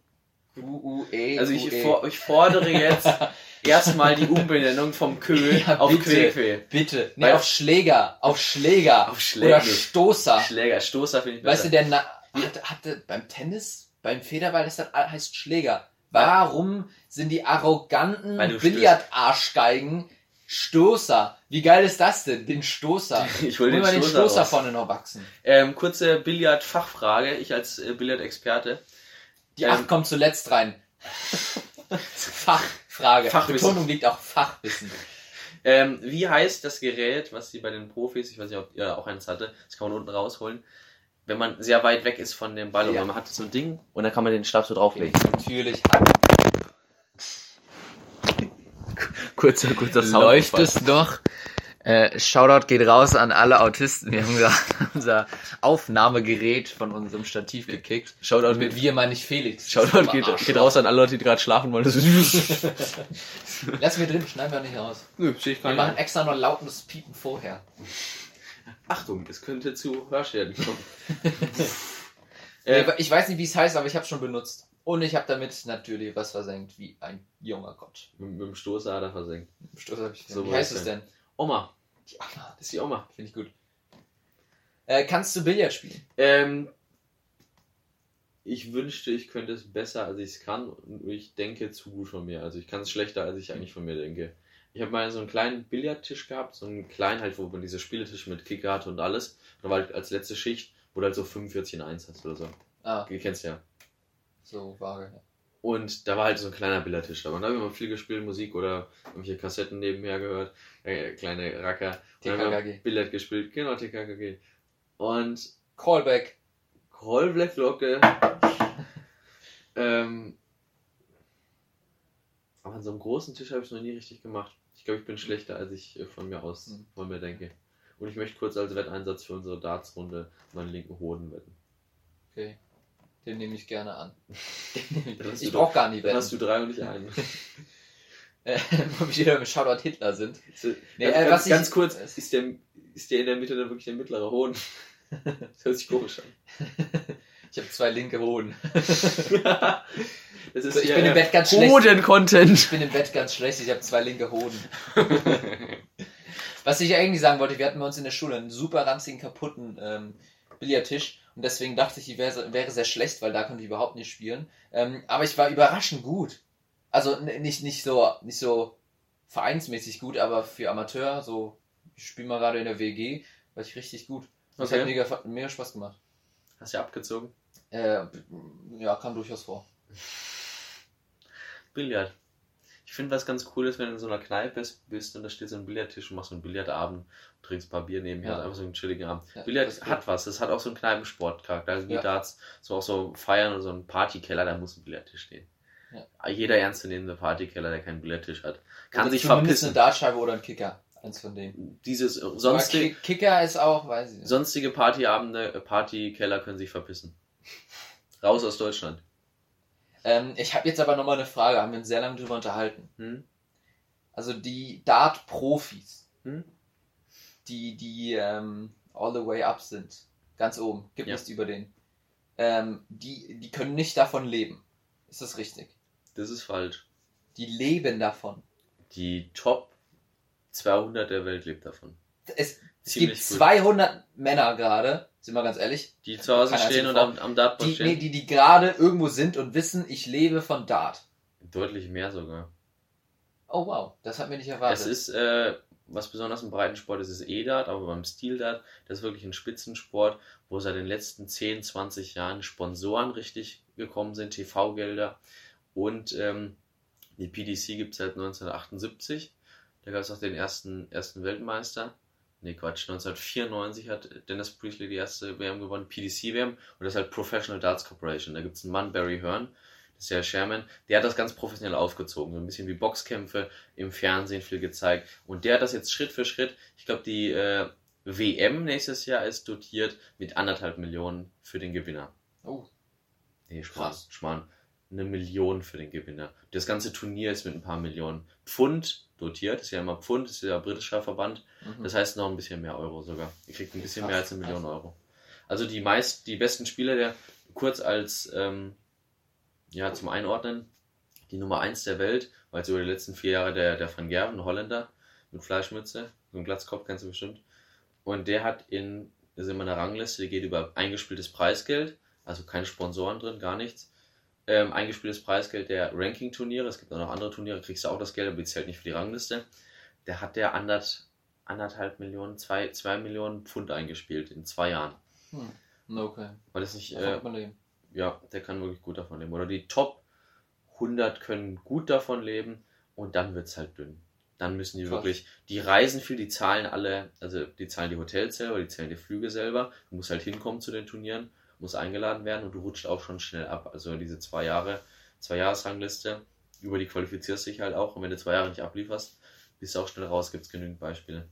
Q-U-E. Also ich, Q-E. for, ich fordere jetzt erstmal die Umbenennung vom Kö Ja, auf bitte. Queque. Bitte. Nee, Weil- auf Schläger. Auf Schläger. Auf Schläger. Oder Stoßer. Schläger, Stoßer finde ich besser. Weißt du, der Na hatte, hatte beim Tennis, beim Federball, das hat, heißt Schläger. Warum sind die arroganten Weil du Billard-Arschgeigen Stoßer? Wie geil ist das denn? Den Stoßer. Ich will Hol den mal den Stoßer Stoßer raus. vorne noch wachsen. Ähm, kurze Billard-Fachfrage, ich als äh, Billard-Experte. Die Ähm, acht kommt zuletzt rein. Fachfrage. Fachwissen. Betonung liegt auf Fachwissen. Ähm, wie heißt das Gerät, was sie bei den Profis, ich weiß nicht, ob ihr auch eins hatte, das kann man unten rausholen, wenn man sehr weit weg ist von dem Ball Ja. und man hat so ein Ding und dann kann man den Stab so drauflegen. Natürlich Kurzer, kurzer läuft es noch. Äh, Shoutout geht raus an alle Autisten. Wir haben gerade unser Aufnahmegerät von unserem Stativ gekickt. Shoutout Und mit geht, wir meine ich Felix. Shoutout geht, geht raus an alle Leute, die gerade schlafen wollen. Lass mir drin, schneiden wir nicht raus. Nö, sehe ich gar Wir nicht. machen extra noch lautes Piepen vorher. Achtung, es könnte zu Hörschäden kommen. Nee, äh, ich weiß nicht, wie es heißt, aber ich habe es schon benutzt. Und ich habe damit natürlich was versenkt, wie ein junger Gott. mit, mit dem Stoßer hat er versenkt. Stoß hab ich So Wie war heißt es es denn? Oma, Die Anna. das ist die Oma. Finde ich gut. Äh, kannst du Billard spielen? Ähm, ich wünschte, ich könnte es besser, als ich es kann. Und ich denke zu gut von mir. Also ich kann es schlechter, als ich eigentlich von mir denke. Ich habe mal so einen kleinen Billardtisch gehabt, so einen kleinen halt, wo man diese Spieltisch mit Kicker hatte und alles. Und da war halt als letzte Schicht, wo du halt so fünfundvierzig in eins hast oder so. Ah, Die kennst du ja. so vage. Ja. Und da war halt so ein kleiner Billardtisch da. Und da habe ich immer viel gespielt, Musik oder irgendwelche Kassetten nebenher gehört. Äh, kleine Racker. Und dann haben wir T K K G. Billard gespielt. Genau, T K K G. Und Callback. Call Black Glocke. ähm, aber an so einem großen Tisch habe ich es noch nie richtig gemacht. Ich glaube, ich bin schlechter, als ich äh, von mir aus Hm. von mir denke. Und ich möchte kurz als Wetteinsatz für unsere Darts-Runde meinen linken Hoden wetten. Okay. Den nehme ich gerne an. Dann hast Ich du brauche gar nicht Dann wetten. hast du drei und ich einen. Äh, wo wir wieder mit Shoutout Hitler sind. Nee, ganz, äh, ganz, was ich- ganz kurz, ist der, ist der in der Mitte dann wirklich der mittlere Hoden? Das hört sich komisch an. Ich habe zwei linke Hoden. Das ist So, ich hier, bin im äh, Bett ganz schlecht. Hoden-Content. Ich bin im Bett ganz schlecht, ich habe zwei linke Hoden. Was ich eigentlich sagen wollte, wir hatten bei uns in der Schule einen super ranzigen, kaputten ähm, Billardtisch und deswegen dachte ich, ich wäre, wäre sehr schlecht, weil da konnte ich überhaupt nicht spielen. Ähm, aber ich war überraschend gut. Also n- nicht, nicht so nicht so vereinsmäßig gut, aber für Amateur, so ich spiele mal gerade in der W G, war ich richtig gut. Das Okay. hat mega, mega Spaß gemacht. Hast du ja abgezogen? Äh, ja, kam durchaus vor. Billard. Ich finde, was ganz cool ist, wenn du in so einer Kneipe bist und da steht so ein Billardtisch und machst so einen Billardabend, trinkst ein paar Bier nebenher, Ja. also einfach so einen chilligen Abend. Ja, Billard das ist hat was, das hat auch so einen Kneipensportcharakter, also wie Ja. Darts, so auch so Feiern und so ein Partykeller, da muss ein Billardtisch stehen. Ja. Jeder ernstzunehmende Partykeller, der keinen Billardtisch hat, kann Oder sich zumindest verpissen. eine Dartscheibe oder ein Kicker. Eins von denen. Dieses äh, Aber sonstige, Ki- Kicker ist auch, weiß ich nicht. sonstige Partyabende, äh, Partykeller können sich verpissen. Raus aus Deutschland. Ähm, ich habe jetzt aber nochmal eine Frage, haben wir uns sehr lange drüber unterhalten. Hm? Also die Dart-Profis, Hm? die, die ähm, all the way up sind, ganz oben, gibt Ja. es über den, ähm, die, die können nicht davon leben. Ist das richtig? Das ist falsch. Die leben davon. Die Top zweihundert der Welt lebt davon. Es, es Ziemlich gibt gut. zweihundert Männer gerade, sind wir ganz ehrlich, Die zu Hause Keine stehen und einzige am, am Dartboard die, stehen. nee, die, die gerade irgendwo sind und wissen, ich lebe von Dart. Deutlich mehr sogar. Oh wow, das hat mir nicht erwartet. Es ist, äh, was besonders im Breitensport ist, ist E-Dart, aber beim Steel-Dart, das ist wirklich ein Spitzensport, wo seit den letzten zehn, zwanzig Jahren Sponsoren richtig gekommen sind, T V-Gelder. Und ähm, die P D C gibt es seit neunzehnhundertachtundsiebzig. Da gab es auch den ersten, ersten Weltmeister. Nee, Quatsch, neunzehnhundertvierundneunzig hat Dennis Priestley die erste W M gewonnen, P D C-W M. Und das ist halt Professional Darts Corporation. Da gibt es einen Mann, Barry Hearn, das ist der Chairman, der hat das ganz professionell aufgezogen. So ein bisschen wie Boxkämpfe, im Fernsehen viel gezeigt. Und der hat das jetzt Schritt für Schritt, ich glaube, die äh, W M nächstes Jahr ist dotiert mit anderthalb Millionen für den Gewinner. Oh, Nee, Schmarrn, Krass. Schmarrn. Eine Million für den Gewinner. Das ganze Turnier ist mit ein paar Millionen Pfund dotiert. Das ist ja immer Pfund, das ist ja ein britischer Verband. mhm. Das heißt noch ein bisschen mehr Euro sogar. Ihr kriegt ein bisschen Krass, mehr als eine krass. Million Euro. Also die meist, die besten Spieler, der kurz als ähm, ja, zum Einordnen, die Nummer eins der Welt, weil es über die letzten vier Jahre der, der Van Gerven, ein Holländer, mit Fleischmütze, so ein Glatzkopf, kennst du bestimmt. Und der hat in, das ist immer eine Rangliste, die geht über eingespieltes Preisgeld, also keine Sponsoren drin, gar nichts. Ähm, eingespieltes Preisgeld der Ranking-Turniere, es gibt auch noch andere Turniere, kriegst du auch das Geld, aber die zählt nicht für die Rangliste. Der hat der andert, anderthalb Millionen, zwei, zwei Millionen Pfund eingespielt in zwei Jahren. Hm. Okay. Weil das nicht, Davon äh, kann man leben. ja, der kann wirklich gut davon leben. Oder die Top hundert können gut davon leben und dann wird es halt dünn. Dann müssen die Krass. wirklich, die reisen viel, die zahlen alle, also die zahlen die Hotels selber, die zahlen die Flüge selber. Du musst halt hinkommen zu den Turnieren, musst eingeladen werden und du rutscht auch schon schnell ab. Also diese zwei Jahre, zwei Jahresrangliste, über die qualifizierst du dich halt auch und wenn du zwei Jahre nicht ablieferst, bist du auch schnell raus, gibt es genügend Beispiele.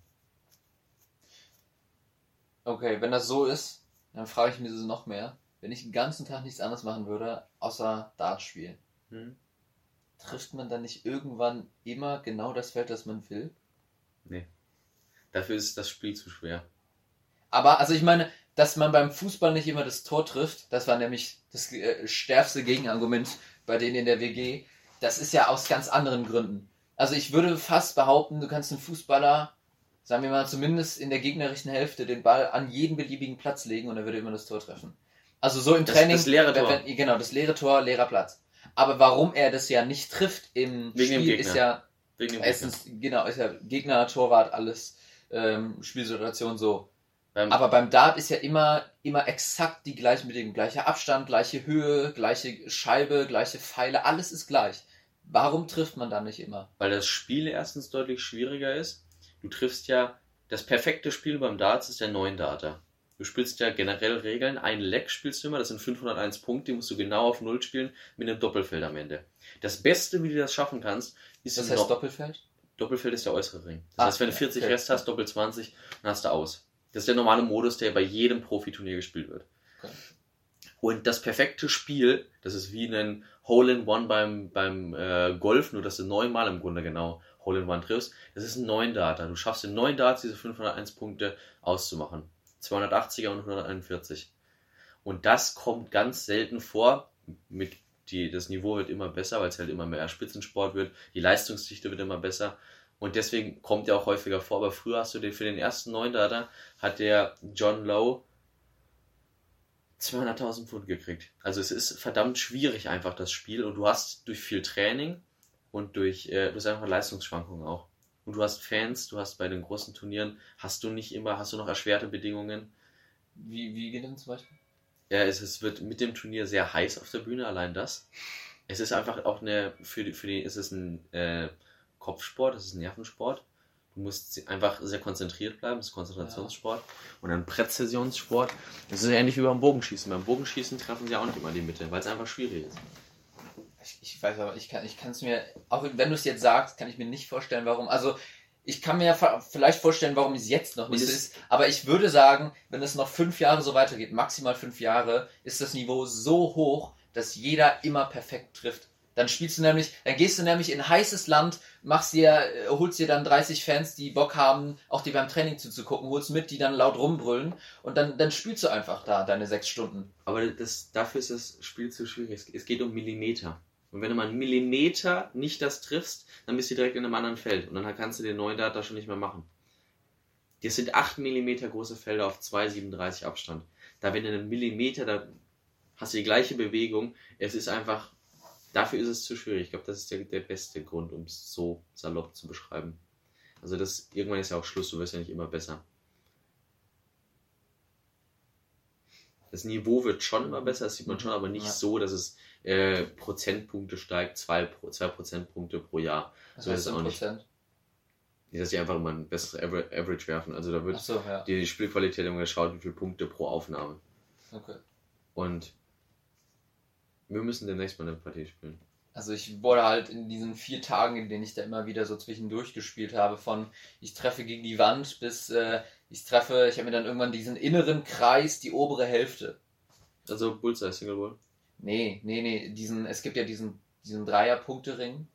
Okay, wenn das so ist, dann frage ich mich so noch mehr. Wenn ich den ganzen Tag nichts anderes machen würde, außer Dart spielen, Hm? trifft man dann nicht irgendwann immer genau das Feld, das man will? Nee. Dafür ist das Spiel zu schwer. Aber, also ich meine, dass man beim Fußball nicht immer das Tor trifft, das war nämlich das äh, stärkste Gegenargument bei denen in der W G. Das ist ja aus ganz anderen Gründen. Also ich würde fast behaupten, du kannst einen Fußballer, sagen wir mal, zumindest in der gegnerischen Hälfte den Ball an jeden beliebigen Platz legen und er würde immer das Tor treffen. Also so im Das- Training. das leere Tor. Wenn, genau, das leere Tor, leerer Platz. Aber warum er das ja nicht trifft im Wegen dem Spiel Gegner. ist ja Wegen dem erstens, genau, ist ja Gegner, Torwart, alles ähm, Spielsituation so. Beim, Aber beim Dart ist ja immer, immer exakt die gleichen Bedingungen. Gleicher Abstand, gleiche Höhe, gleiche Scheibe, gleiche Pfeile, alles ist gleich. Warum trifft man da nicht immer? weil das Spiel erstens deutlich schwieriger ist. Du triffst ja, das perfekte Spiel beim Darts ist der neun-Darter. Du spielst ja generell Regeln, ein Leck spielst du immer, das sind fünfhunderteins Punkte, die musst du genau auf Null spielen, mit einem Doppelfeld am Ende. Das Beste, wie du das schaffen kannst, ist Das ein heißt Dopp- Doppelfeld? Doppelfeld ist der äußere Ring. Das Ah, heißt, wenn du ja, vierzig okay. Rest hast, Doppel zwanzig, dann hast du aus. Das ist der normale Modus, der bei jedem Profiturnier gespielt wird. Okay. Und das perfekte Spiel, das ist wie ein Hole-in-One beim, beim äh, Golf, nur dass du neunmal im Grunde genau Hole-in-One triffst. Das ist ein neun-Darter. Du schaffst in neun Darts diese fünfhunderteins Punkte auszumachen. zweihundertachtziger und hunderteinundvierzig. Und das kommt ganz selten vor. Mit die, das Niveau wird immer besser, weil es halt immer mehr Spitzensport wird. Die Leistungsdichte wird immer besser. Und deswegen kommt der auch häufiger vor. Aber früher hast du den für den ersten neun-Darter, hat der John Lowe, zweihunderttausend Pfund gekriegt. Also es ist verdammt schwierig einfach, das Spiel. Und du hast durch viel Training und durch, äh, du hast einfach Leistungsschwankungen auch. Und du hast Fans, du hast bei den großen Turnieren, hast du nicht immer, hast du noch erschwerte Bedingungen. Wie, wie geht denn zum Beispiel? Ja, es, es wird mit dem Turnier sehr heiß auf der Bühne, allein das. Es ist einfach auch eine, für die, für die es ist ein äh, Kopfsport, es ist ein Nervensport. Du musst einfach sehr konzentriert bleiben, es ist Konzentrationssport. Ja. Und ein Präzisionssport. Das ist ähnlich wie beim Bogenschießen. Beim Bogenschießen treffen sie auch nicht immer die Mitte, weil es einfach schwierig ist. Ich, ich weiß aber, ich kann es mir, auch wenn du es jetzt sagst, kann ich mir nicht vorstellen, warum. Also ich kann mir ja vielleicht vorstellen, warum es jetzt noch nicht so ist, aber ich würde sagen, wenn es noch fünf Jahre so weitergeht, maximal fünf Jahre, ist das Niveau so hoch, dass jeder immer perfekt trifft. Dann spielst du nämlich, dann gehst du nämlich in ein heißes Land, machst dir, holst dir dann dreißig Fans, die Bock haben, auch dir beim Training zuzugucken, holst mit, die dann laut rumbrüllen und dann, dann spielst du einfach da deine sechs Stunden. Aber das, dafür ist das Spiel zu schwierig. Es geht um Millimeter. Und wenn du mal einen Millimeter nicht das triffst, dann bist du direkt in einem anderen Feld. Und dann kannst du den neuen Data schon nicht mehr machen. Das sind acht Millimeter große Felder auf zwei Komma siebenunddreißig Abstand. Da wenn du einen Millimeter, da hast du die gleiche Bewegung. Es ist einfach, dafür ist es zu schwierig. Ich glaube, das ist der, der beste Grund, um es so salopp zu beschreiben. Also das, irgendwann ist ja auch Schluss, du wirst ja nicht immer besser. Das Niveau wird schon immer besser, das sieht man schon, aber nicht ja. so, dass es äh, Prozentpunkte steigt, zwei, zwei Prozentpunkte pro Jahr. Was so heißt ist es auch nicht. Prozent? Dass sie einfach mal ein besseres Average werfen. Also da wird so, ja. die Spielqualität immer geschaut, wie viele Punkte pro Aufnahme. Okay. Und wir müssen demnächst mal eine Partie spielen. Also ich wurde halt in diesen vier Tagen, in denen ich da immer wieder so zwischendurch gespielt habe, von ich treffe gegen die Wand bis äh, ich treffe, ich habe mir dann irgendwann diesen inneren Kreis, die obere Hälfte. Also Bullseye Single Ball? Nee, nee, nee, diesen, es gibt ja diesen, diesen Dreier-Punkte-Ring.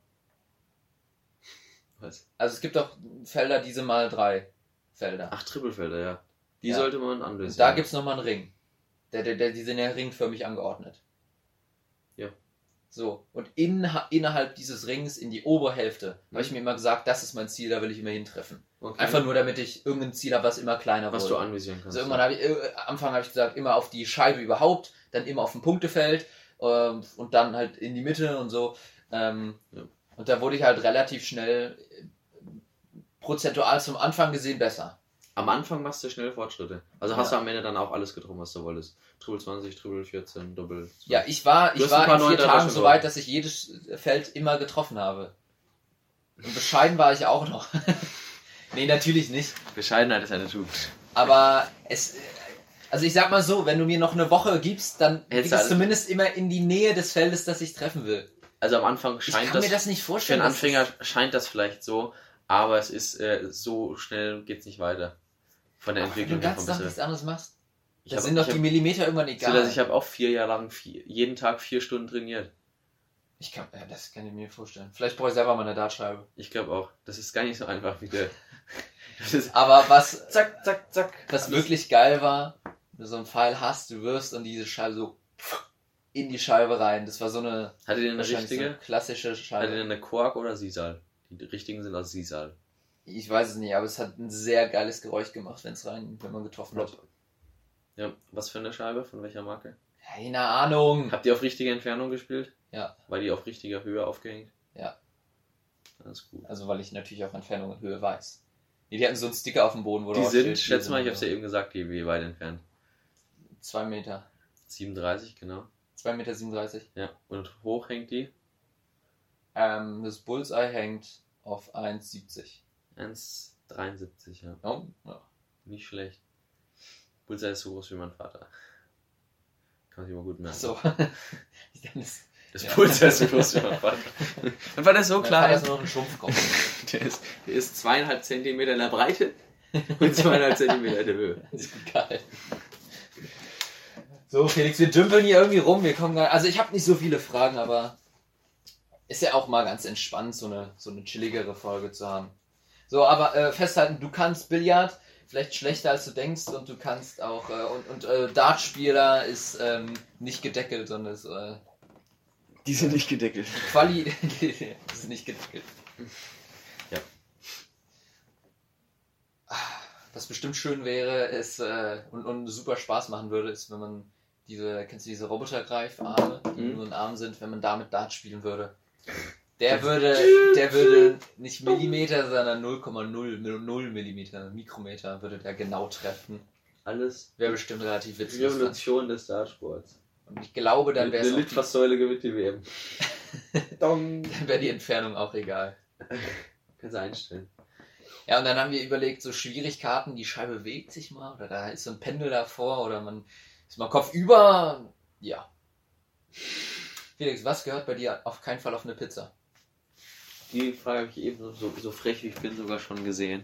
Was? Also es gibt auch Felder, diese mal drei Felder. Ach, Trippelfelder, ja. Die ja. sollte man anlösen. Da gibt es nochmal einen Ring. Der, der, der, die sind ja ringförmig angeordnet. Ja. So, und in, innerhalb dieses Rings, in die obere Hälfte, mhm. habe ich mir immer gesagt, das ist mein Ziel, da will ich immer hintreffen. Okay. Einfach nur, damit ich irgendein Ziel habe, was immer kleiner was wurde. Was du anvisieren kannst. Also irgendwann habe ich, äh, am Anfang habe ich gesagt, immer auf die Scheibe überhaupt, dann immer auf dem Punktefeld äh, und dann halt in die Mitte und so. Ähm, ja. Und da wurde ich halt relativ schnell äh, prozentual zum Anfang gesehen besser. Am Anfang machst du schnell Fortschritte. Also hast ja. du am Ende dann auch alles getroffen, was du wolltest. Triple zwanzig, Triple vierzehn, Doppel zwanzig. Ja, ich war, ich war in vier Tagen so weit, dass ich jedes Feld immer getroffen habe. Und bescheiden war ich auch noch. Nee, natürlich nicht. Bescheidenheit ist eine Tugend. Aber es, also ich sag mal so, wenn du mir noch eine Woche gibst, dann geht es zumindest immer in die Nähe des Feldes, das ich treffen will. Also am Anfang scheint das... Ich kann das, mir das nicht vorstellen. Für einen Anfänger scheint das vielleicht so, aber es ist äh, so schnell geht's nicht weiter. Von der Ach, Entwicklung. Wenn du den ganzen Tag nichts anderes machst, da hab, sind doch die hab, Millimeter irgendwann egal. So, dass ich habe auch vier Jahre lang vier, jeden Tag vier Stunden trainiert. Ich kann, ja, das kann ich mir vorstellen. Vielleicht brauche ich selber mal eine Dartscheibe. Ich glaube auch. Das ist gar nicht so einfach wie der... Aber was, zack, zack, zack. was alles. Wirklich geil war, wenn du so einen Pfeil hast, du wirfst und diese Scheibe so in die Scheibe rein. Das war so eine, Hatte die eine richtige? So klassische Scheibe. Hatte die eine Quark oder Sisal? Die richtigen sind aus Sisal. Ich weiß es nicht, aber es hat ein sehr geiles Geräusch gemacht, wenn es rein, wenn man getroffen hat. Ja, was für eine Scheibe? Von welcher Marke? Keine Ahnung. Habt ihr auf richtige Entfernung gespielt? Ja. War die auf richtiger Höhe aufgehängt? Ja. Das ist gut. Also weil ich natürlich auch Entfernung und Höhe weiß. Nee, die hatten so einen Sticker auf dem Boden, wo die sind, steht, schätz mal, ich hab's ja eben gesagt, die wie weit entfernt? Zwei Meter. siebenunddreißig, genau. zwei Meter siebenunddreißig. Ja, und hoch hängt die? Ähm, das Bullseye hängt auf eins siebzig. eins dreiundsiebzig, ja. Oh, ja. Nicht schlecht. Bullseye ist so groß wie mein Vater. Kann sich immer gut merken. So. das das ja. Bullseye ist so groß wie mein Vater. Mein Vater ist so klein. Mein Vater ist nur noch ein Schrumpfkopf. der, ist, der ist zweieinhalb Zentimeter in der Breite und zweieinhalb Zentimeter in der Höhe. Das ist geil. So, Felix, wir dümpeln hier irgendwie rum. Wir kommen gar... Also ich habe nicht so viele Fragen, aber ist ja auch mal ganz entspannt, so eine, so eine chilligere Folge zu haben. So, aber äh, festhalten, du kannst Billard, vielleicht schlechter als du denkst, und du kannst auch, äh, und, und äh, Dartspieler ist ähm, nicht gedeckelt, sondern ist... Äh, die sind nicht gedeckelt. Quali... die sind nicht gedeckelt. Ja. Was bestimmt schön wäre, ist, äh, und, und super Spaß machen würde, ist, wenn man diese, kennst du diese Robotergreifarme, die Mhm. nur ein Arm sind, wenn man damit Dart spielen würde? Der würde, der würde nicht Millimeter, sondern null Komma null null Millimeter, Mikrometer würde der genau treffen. Alles Wäre bestimmt relativ die witzig. Revolution des Dartsports. Und ich glaube, dann wäre Eine es auch Litfaßsäule gewinnt die W M. Dong. die, dann wäre die Entfernung auch egal. Kannst du einstellen. Ja, und dann haben wir überlegt, so Schwierigkeiten, die Scheibe bewegt sich mal, oder da ist so ein Pendel davor, oder man ist mal kopfüber. Ja. Felix, was gehört bei dir auf keinen Fall auf eine Pizza? Die Frage habe ich eben so, so frech wie ich bin sogar schon gesehen.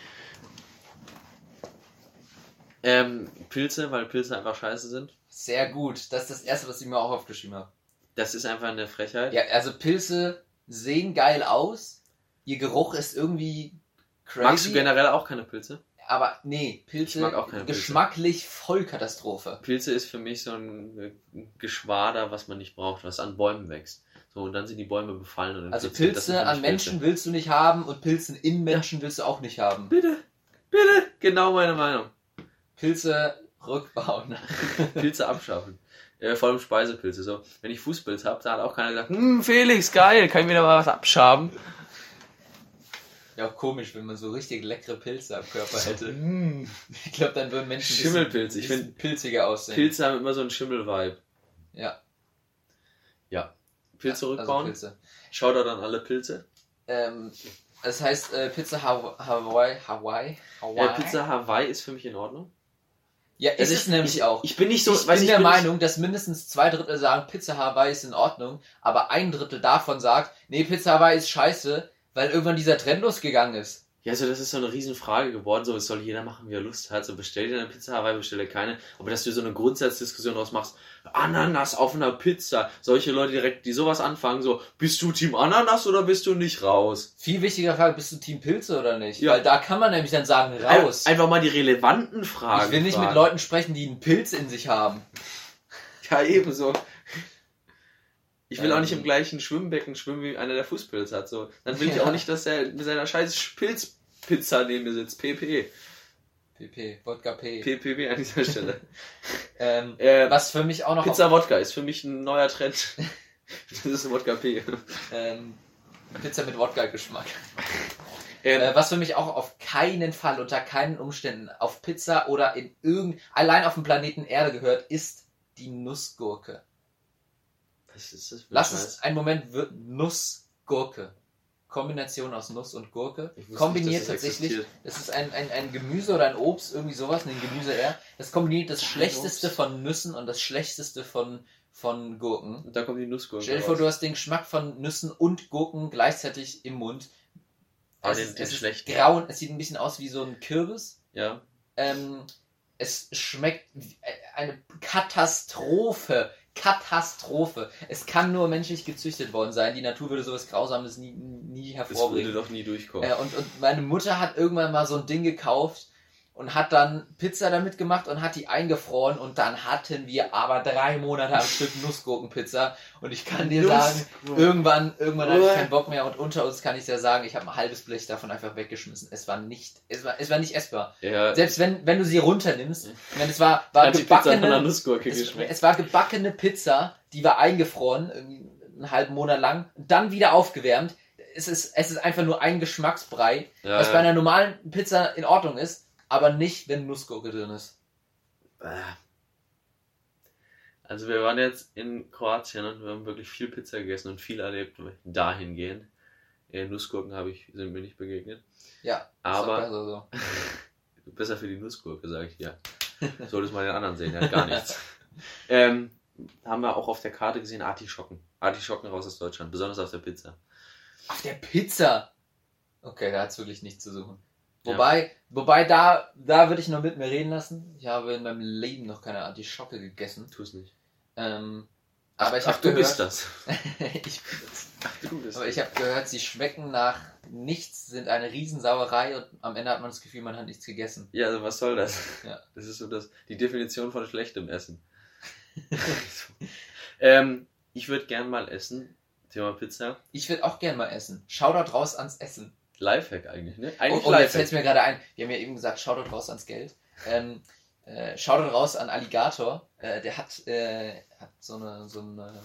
Ähm, Pilze, weil Pilze einfach scheiße sind. Sehr gut. Das ist das Erste, was ich mir auch aufgeschrieben habe. Das ist einfach eine Frechheit. Ja, also Pilze sehen geil aus. Ihr Geruch ist irgendwie crazy. Magst du generell auch keine Pilze? Aber nee, Pilze, Ich mag auch keine Pilze. geschmacklich Vollkatastrophe. Pilze ist für mich so ein äh, Geschwader, was man nicht braucht, was an Bäumen wächst. So, und dann sind die Bäume befallen. Und Also infiziert. Das sind Pilze für an mich Menschen Pilze. willst du nicht haben und Pilzen in Menschen willst du auch nicht haben. Bitte, bitte, genau meine Meinung. Pilze rückbauen. Pilze abschaffen. Äh, vor allem Speisepilze. So, wenn ich Fußpilz habe, da hat auch keiner gesagt, hm, Felix, geil, kann ich mir da mal was abschaben? Ja, auch komisch, wenn man so richtig leckere Pilze am Körper hätte. Ich glaube, dann würden Menschen ein Schimmelpilze. Ich bisschen finde, pilziger aussehen. Pilze haben immer so einen Schimmel-Vibe. Ja. Ja. Pilze Ja, rückbauen. Also Pilze. Shoutout an alle Pilze. Ähm, das heißt, äh, Pizza Haw- Hawaii, Hawaii, Hawaii. Ja, Pizza Hawaii ist für mich in Ordnung. Ja, ist Also es nämlich ich, auch. Ich bin nicht so, ich weiß bin ich, der bin Meinung, dass mindestens zwei Drittel sagen, Pizza Hawaii ist in Ordnung, aber ein Drittel davon sagt, nee, Pizza Hawaii ist scheiße, weil irgendwann dieser Trend losgegangen ist. Ja, also das ist so eine Riesenfrage geworden, so, es soll jeder machen, wie er Lust hat, so, bestell dir eine Pizza Hawaii, bestell dir keine, aber dass du so eine Grundsatzdiskussion draus machst, Ananas auf einer Pizza, solche Leute direkt, die sowas anfangen, so, bist du Team Ananas oder bist du nicht raus? Viel wichtiger Frage, bist du Team Pilze oder nicht? Ja. Weil da kann man nämlich dann sagen, raus. Ein- Einfach mal die relevanten Fragen Ich will nicht fragen. mit Leuten sprechen, die einen Pilz in sich haben. Ja, ebenso. Ich will Ähm. auch nicht im gleichen Schwimmbecken schwimmen, wie einer, der Fußpilz hat, so. Dann will ich Ja. auch nicht, dass er mit seiner scheiß Pilzpizza neben mir sitzt, P P. P P, Wodka P. P P B an dieser Stelle. Ähm, äh, was für mich auch noch... Pizza Wodka ist für mich ein neuer Trend. Das ist Wodka P. Ähm, Pizza mit Wodka-Geschmack. Ähm, Äh, was für mich auch auf keinen Fall, unter keinen Umständen auf Pizza oder in irgend... allein auf dem Planeten Erde gehört, ist die Nussgurke. was ist das für ein Lass Scheiß? es einen Moment wirken. Nussgurke. Kombination aus Nuss und Gurke. Ich wusste Kombiniert nicht, dass das tatsächlich. existiert. Das ist ein, ein, ein Gemüse oder ein Obst, irgendwie sowas, ein Gemüse eher. Das kombiniert das Ein Schlechteste Obst. von Nüssen und das Schlechteste von, von Gurken. Und da kommt die Nussgurke Stell dir vor, raus. du hast den Geschmack von Nüssen und Gurken gleichzeitig im Mund. Aber es den- ist, den es ist schlechten. grauen, es sieht ein bisschen aus wie so ein Kürbis. Ja. Ähm, es schmeckt wie eine Katastrophe. Katastrophe. Es kann nur menschlich gezüchtet worden sein. Die Natur würde sowas Grausames nie, nie Das würde hervorbringen. doch nie durchkommen. Äh, und, und meine Mutter hat irgendwann mal so ein Ding gekauft und hat dann Pizza damit gemacht und hat die eingefroren und dann hatten wir aber drei Monate am Stück Nussgurkenpizza und ich kann dir sagen, irgendwann, irgendwann hatte ich keinen Bock mehr und unter uns kann ich dir sagen, ich habe ein halbes Blech davon einfach weggeschmissen. Es war nicht, es war, es war nicht essbar. Ja, Selbst wenn, wenn du sie runternimmst, ich meine, es war, war hat die Pizza von einer gebackene, Nussgurke es, geschmeckt. es war gebackene Pizza, die war eingefroren, irgendwie einen halben Monat lang, dann wieder aufgewärmt. Es ist, es ist einfach nur ein Geschmacksbrei, Ja, was ja. bei einer normalen Pizza in Ordnung ist, aber nicht, wenn Nussgurke drin ist. Also wir waren jetzt in Kroatien und wir haben wirklich viel Pizza gegessen und viel erlebt dahingehend. Äh, Nussgurken habe ich, sind mir nicht begegnet. Ja, Aber- ist doch besser so. Besser für die Nussgurke, sage ich dir. Solltest mal den anderen sehen, der hat gar nichts. ähm, haben wir auch auf der Karte gesehen, Artischocken. Artischocken raus aus Deutschland, besonders auf der Pizza. Auf der Pizza! Okay, da hat es wirklich nichts zu suchen. Ja. Wobei, wobei da, da würde ich noch mit mir reden lassen. Ich habe in meinem Leben noch keine Artischocke gegessen. Tu es nicht. Ähm, aber ich Ach, habe du gehört, bist das. ich bin das. Ach, du bist Aber ich habe gehört, sie schmecken nach nichts, sind eine Riesensauerei und am Ende hat man das Gefühl, man hat nichts gegessen. Ja, also was soll das? Ja. Das ist so das, die Definition von schlechtem Essen. so. ähm, ich würde gern mal essen. Thema Pizza. Ich würde auch gern mal essen. Shoutout raus ans Essen. Lifehack eigentlich, ne? Oh, Eigentlich oh, jetzt Lifehack. fällt mir gerade ein. Wir haben ja eben gesagt, Shoutout raus ans Geld. Ähm, Äh, Shoutout raus an Alligator. Äh, der hat, äh, hat so eine, so eine,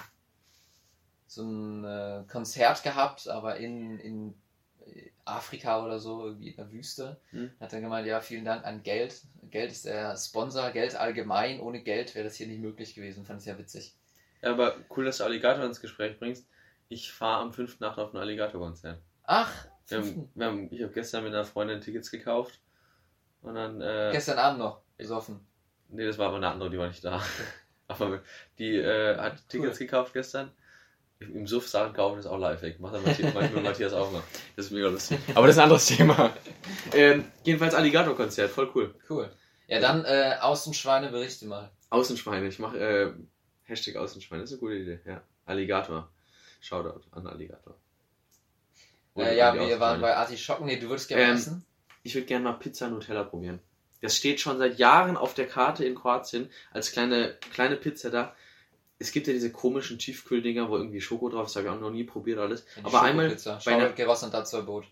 so ein äh, Konzert gehabt, aber in, in Afrika oder so, irgendwie in der Wüste. Hm. Hat dann gemeint, ja, vielen Dank an Geld. Geld ist der Sponsor, Geld allgemein. Ohne Geld wäre das hier nicht möglich gewesen. Fand ich ja witzig. Ja, aber cool, dass du Alligator ins Gespräch bringst. Ich fahre am fünften Nacht auf ein Alligator-Konzert. Ach, wir haben, wir haben, ich habe gestern mit einer Freundin Tickets gekauft. Und dann, äh, gestern Abend noch besoffen. Nee, das war aber eine andere, die war nicht da. Aber die äh, hat Tickets cool. gekauft gestern. Im Suff Sachen kaufen ist auch Lifehack. Macht dann Matthias, manchmal Matthias auch noch. Das ist mega lustig. Aber das ist ein anderes Thema. ähm, jedenfalls Alligator-Konzert, voll cool. Cool. Ja, dann äh, Außenschweine, berichte mal. Außenschweine, ich mache äh, Hashtag Außenschweine, das ist eine gute Idee. Ja. Alligator. Shoutout an Alligator. Äh, ja, wir waren bei Artischocken. Nee, du würdest gerne ähm, essen? Ich würde gerne mal Pizza Nutella probieren. Das steht schon seit Jahren auf der Karte in Kroatien als kleine, kleine Pizza da. Es gibt ja diese komischen Tiefkühldinger, wo irgendwie Schoko drauf ist, habe ich auch noch nie probiert alles. Ja, aber einmal bei einer Geross und dazu Boot.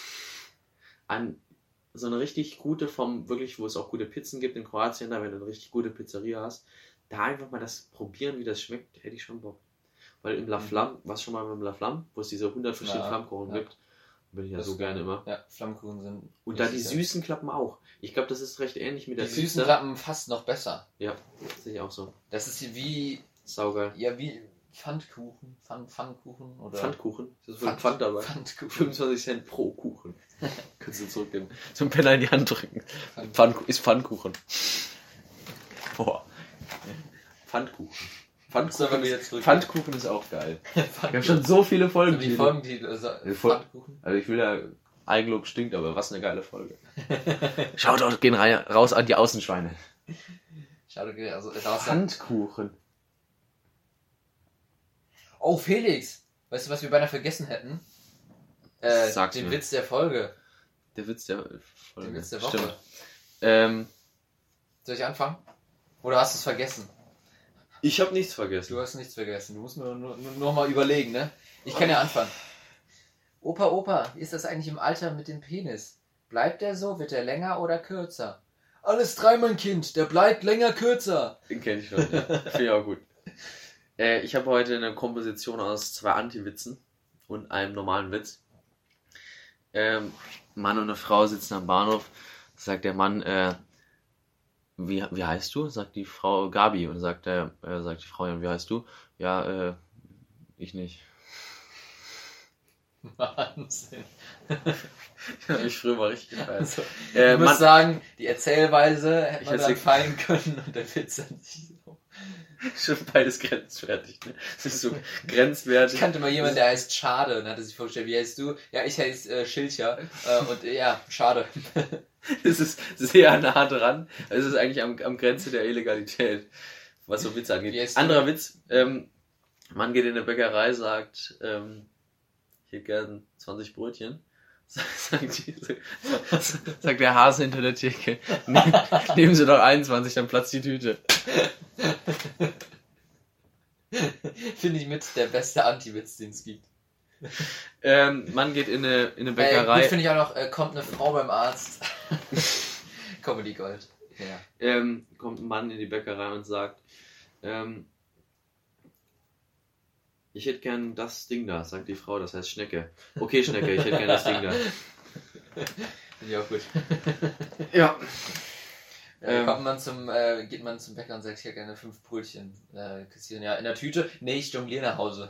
An so eine richtig gute vom wirklich, wo es auch gute Pizzen gibt in Kroatien, da wenn du eine richtig gute Pizzeria hast, da einfach mal das probieren, wie das schmeckt, hätte ich schon Bock. Weil im La Flamme, was schon mal mit dem La Flamme, wo es diese hundert verschiedene ja, Flammkuchen ja. gibt, bin ich ja das so gerne immer. Ja, Flammkuchen sind. Und da die süßen Klappen auch. Ich glaube, das ist recht ähnlich mit der Die süßen Klappen fast noch besser. Ja, das sehe ich auch so. Das ist wie. Saugeil. Ja, wie Pfannkuchen. Pfand, Pfannkuchen oder. Pfannkuchen? Ist das wohl Pfand, Pfand dabei? Pfannkuchen. fünfundzwanzig Cent pro Kuchen. Kannst du zurückgeben. Zum Penner in die Hand drücken. Pfannkuchen. Ist Pfannkuchen. Boah. Pfannkuchen. Pfannkuchen, ist, Pfannkuchen ist auch geil. Wir haben schon so viele Folgen. So wie Folgentitel. Also, Pfannkuchen. Also ich will ja, Eigenlob stinkt, aber was eine geile Folge. Schaut, gehen rein, raus an die Außenschweine. Schaut, also raus Pfannkuchen. Oh, Felix. Weißt du, was wir beinahe vergessen hätten? Äh, Sag's den mir. Witz der Folge. Der Witz der Folge. Der Witz der Woche. Stimmt. Ähm, Soll ich anfangen? Oder hast du es vergessen? Ich habe nichts vergessen. Du hast nichts vergessen. Du musst nur, nur, nur noch mal überlegen, ne? Ich kann ja anfangen. Opa, Opa, wie ist das eigentlich im Alter mit dem Penis? Bleibt der so? Wird der länger oder kürzer? Alles drei, mein Kind. Der bleibt länger, kürzer. Den kenne ich schon, ja. Finde ich auch gut. Äh, ich habe heute eine Komposition aus zwei Anti-Witzen und einem normalen Witz. Ähm, Mann und eine Frau sitzen am Bahnhof. Sagt der Mann, äh, Wie, wie heißt du? Sagt die Frau Gabi. Und sagt, äh, sagt die Frau, wie heißt du? Ja, äh, ich nicht. Wahnsinn. Ja, ich früher mal richtig gefeiert. Also, äh, ich muss man, sagen, die Erzählweise hätte man hätte dann fallen können und der Witz an sich so. Schon beides grenzwertig, ne? Das ist so grenzwertig. Ich kannte mal jemanden, der heißt Schade und hatte sich vorgestellt, wie heißt du? Ja, ich heiße äh, Schilcher äh, und äh, ja, Schade. Es ist sehr nah dran. Es ist eigentlich am, am Grenze der Illegalität, was so Witze angeht. Anderer Witz, ähm, Mann geht in eine Bäckerei, sagt, ähm, ich hätte gern zwanzig Brötchen. Sagt, die, sagt der Hase hinter der Theke, nehmen, nehmen Sie doch einundzwanzig, dann platzt die Tüte. Finde ich mit der beste Anti-Witz, den es gibt. Ähm, Mann geht in eine, in eine Bäckerei. Äh, finde ich auch noch, äh, kommt eine Frau beim Arzt. Comedy Gold. Ja. Ähm, kommt ein Mann in die Bäckerei und sagt, ähm, ich hätte gern das Ding da, sagt die Frau, das heißt Schnecke. Okay, Schnecke, ich hätte gern das Ding da. Finde ich auch gut. Ja. Ähm, kommt man zum, äh, geht man zum Bäcker und sagt, ich hätte gerne fünf Brötchen. Äh, kassieren, ja, in der Tüte. Nee, ich jongliere nach Hause.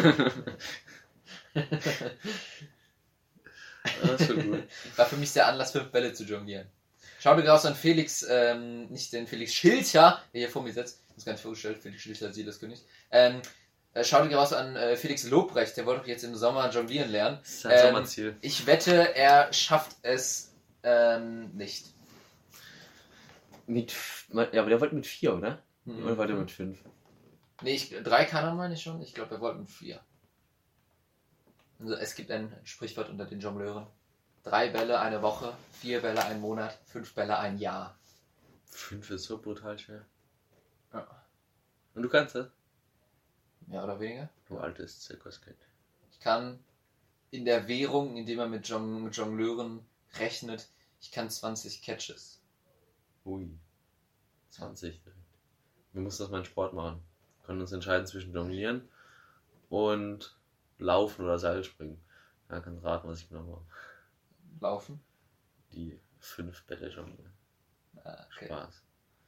Das ist schon gut. War für mich der Anlass, fünf Bälle zu jonglieren. Schau dir raus an Felix, ähm, nicht den Felix Schilcher, der hier vor mir sitzt. Ich habe gar nicht vorgestellt, Felix Schilcher, Siedlerskönig. Ähm, äh, schau dir raus an äh, Felix Lobrecht, der wollte doch jetzt im Sommer jonglieren lernen. Das ist ein ähm, Sommerziel. Ich wette, er schafft es ähm, nicht. Mit, ja, aber der wollte mit vier, oder? Mhm. Oder war der mit fünf? Nee, ich, drei kann er, meine ich schon. Ich glaube, er wollte mit vier. Also es gibt ein Sprichwort unter den Jongleuren. Drei Bälle eine Woche, vier Bälle ein Monat, fünf Bälle ein Jahr. Fünf ist so brutal schwer. Ja. Und du kannst das? Mehr oder weniger? Du altes Zirkuskind. Ich kann in der Währung, indem man mit Jong- Jongleuren rechnet, ich kann zwanzig Catches. Ui. zwanzig. Wir mussten das mal in Sport machen. Wir können uns entscheiden zwischen Jonglieren und Laufen oder Seilspringen. Ja, kannst raten, was ich genau mache. Laufen? Die fünf Bälle jonglieren. Ah, okay. Spaß.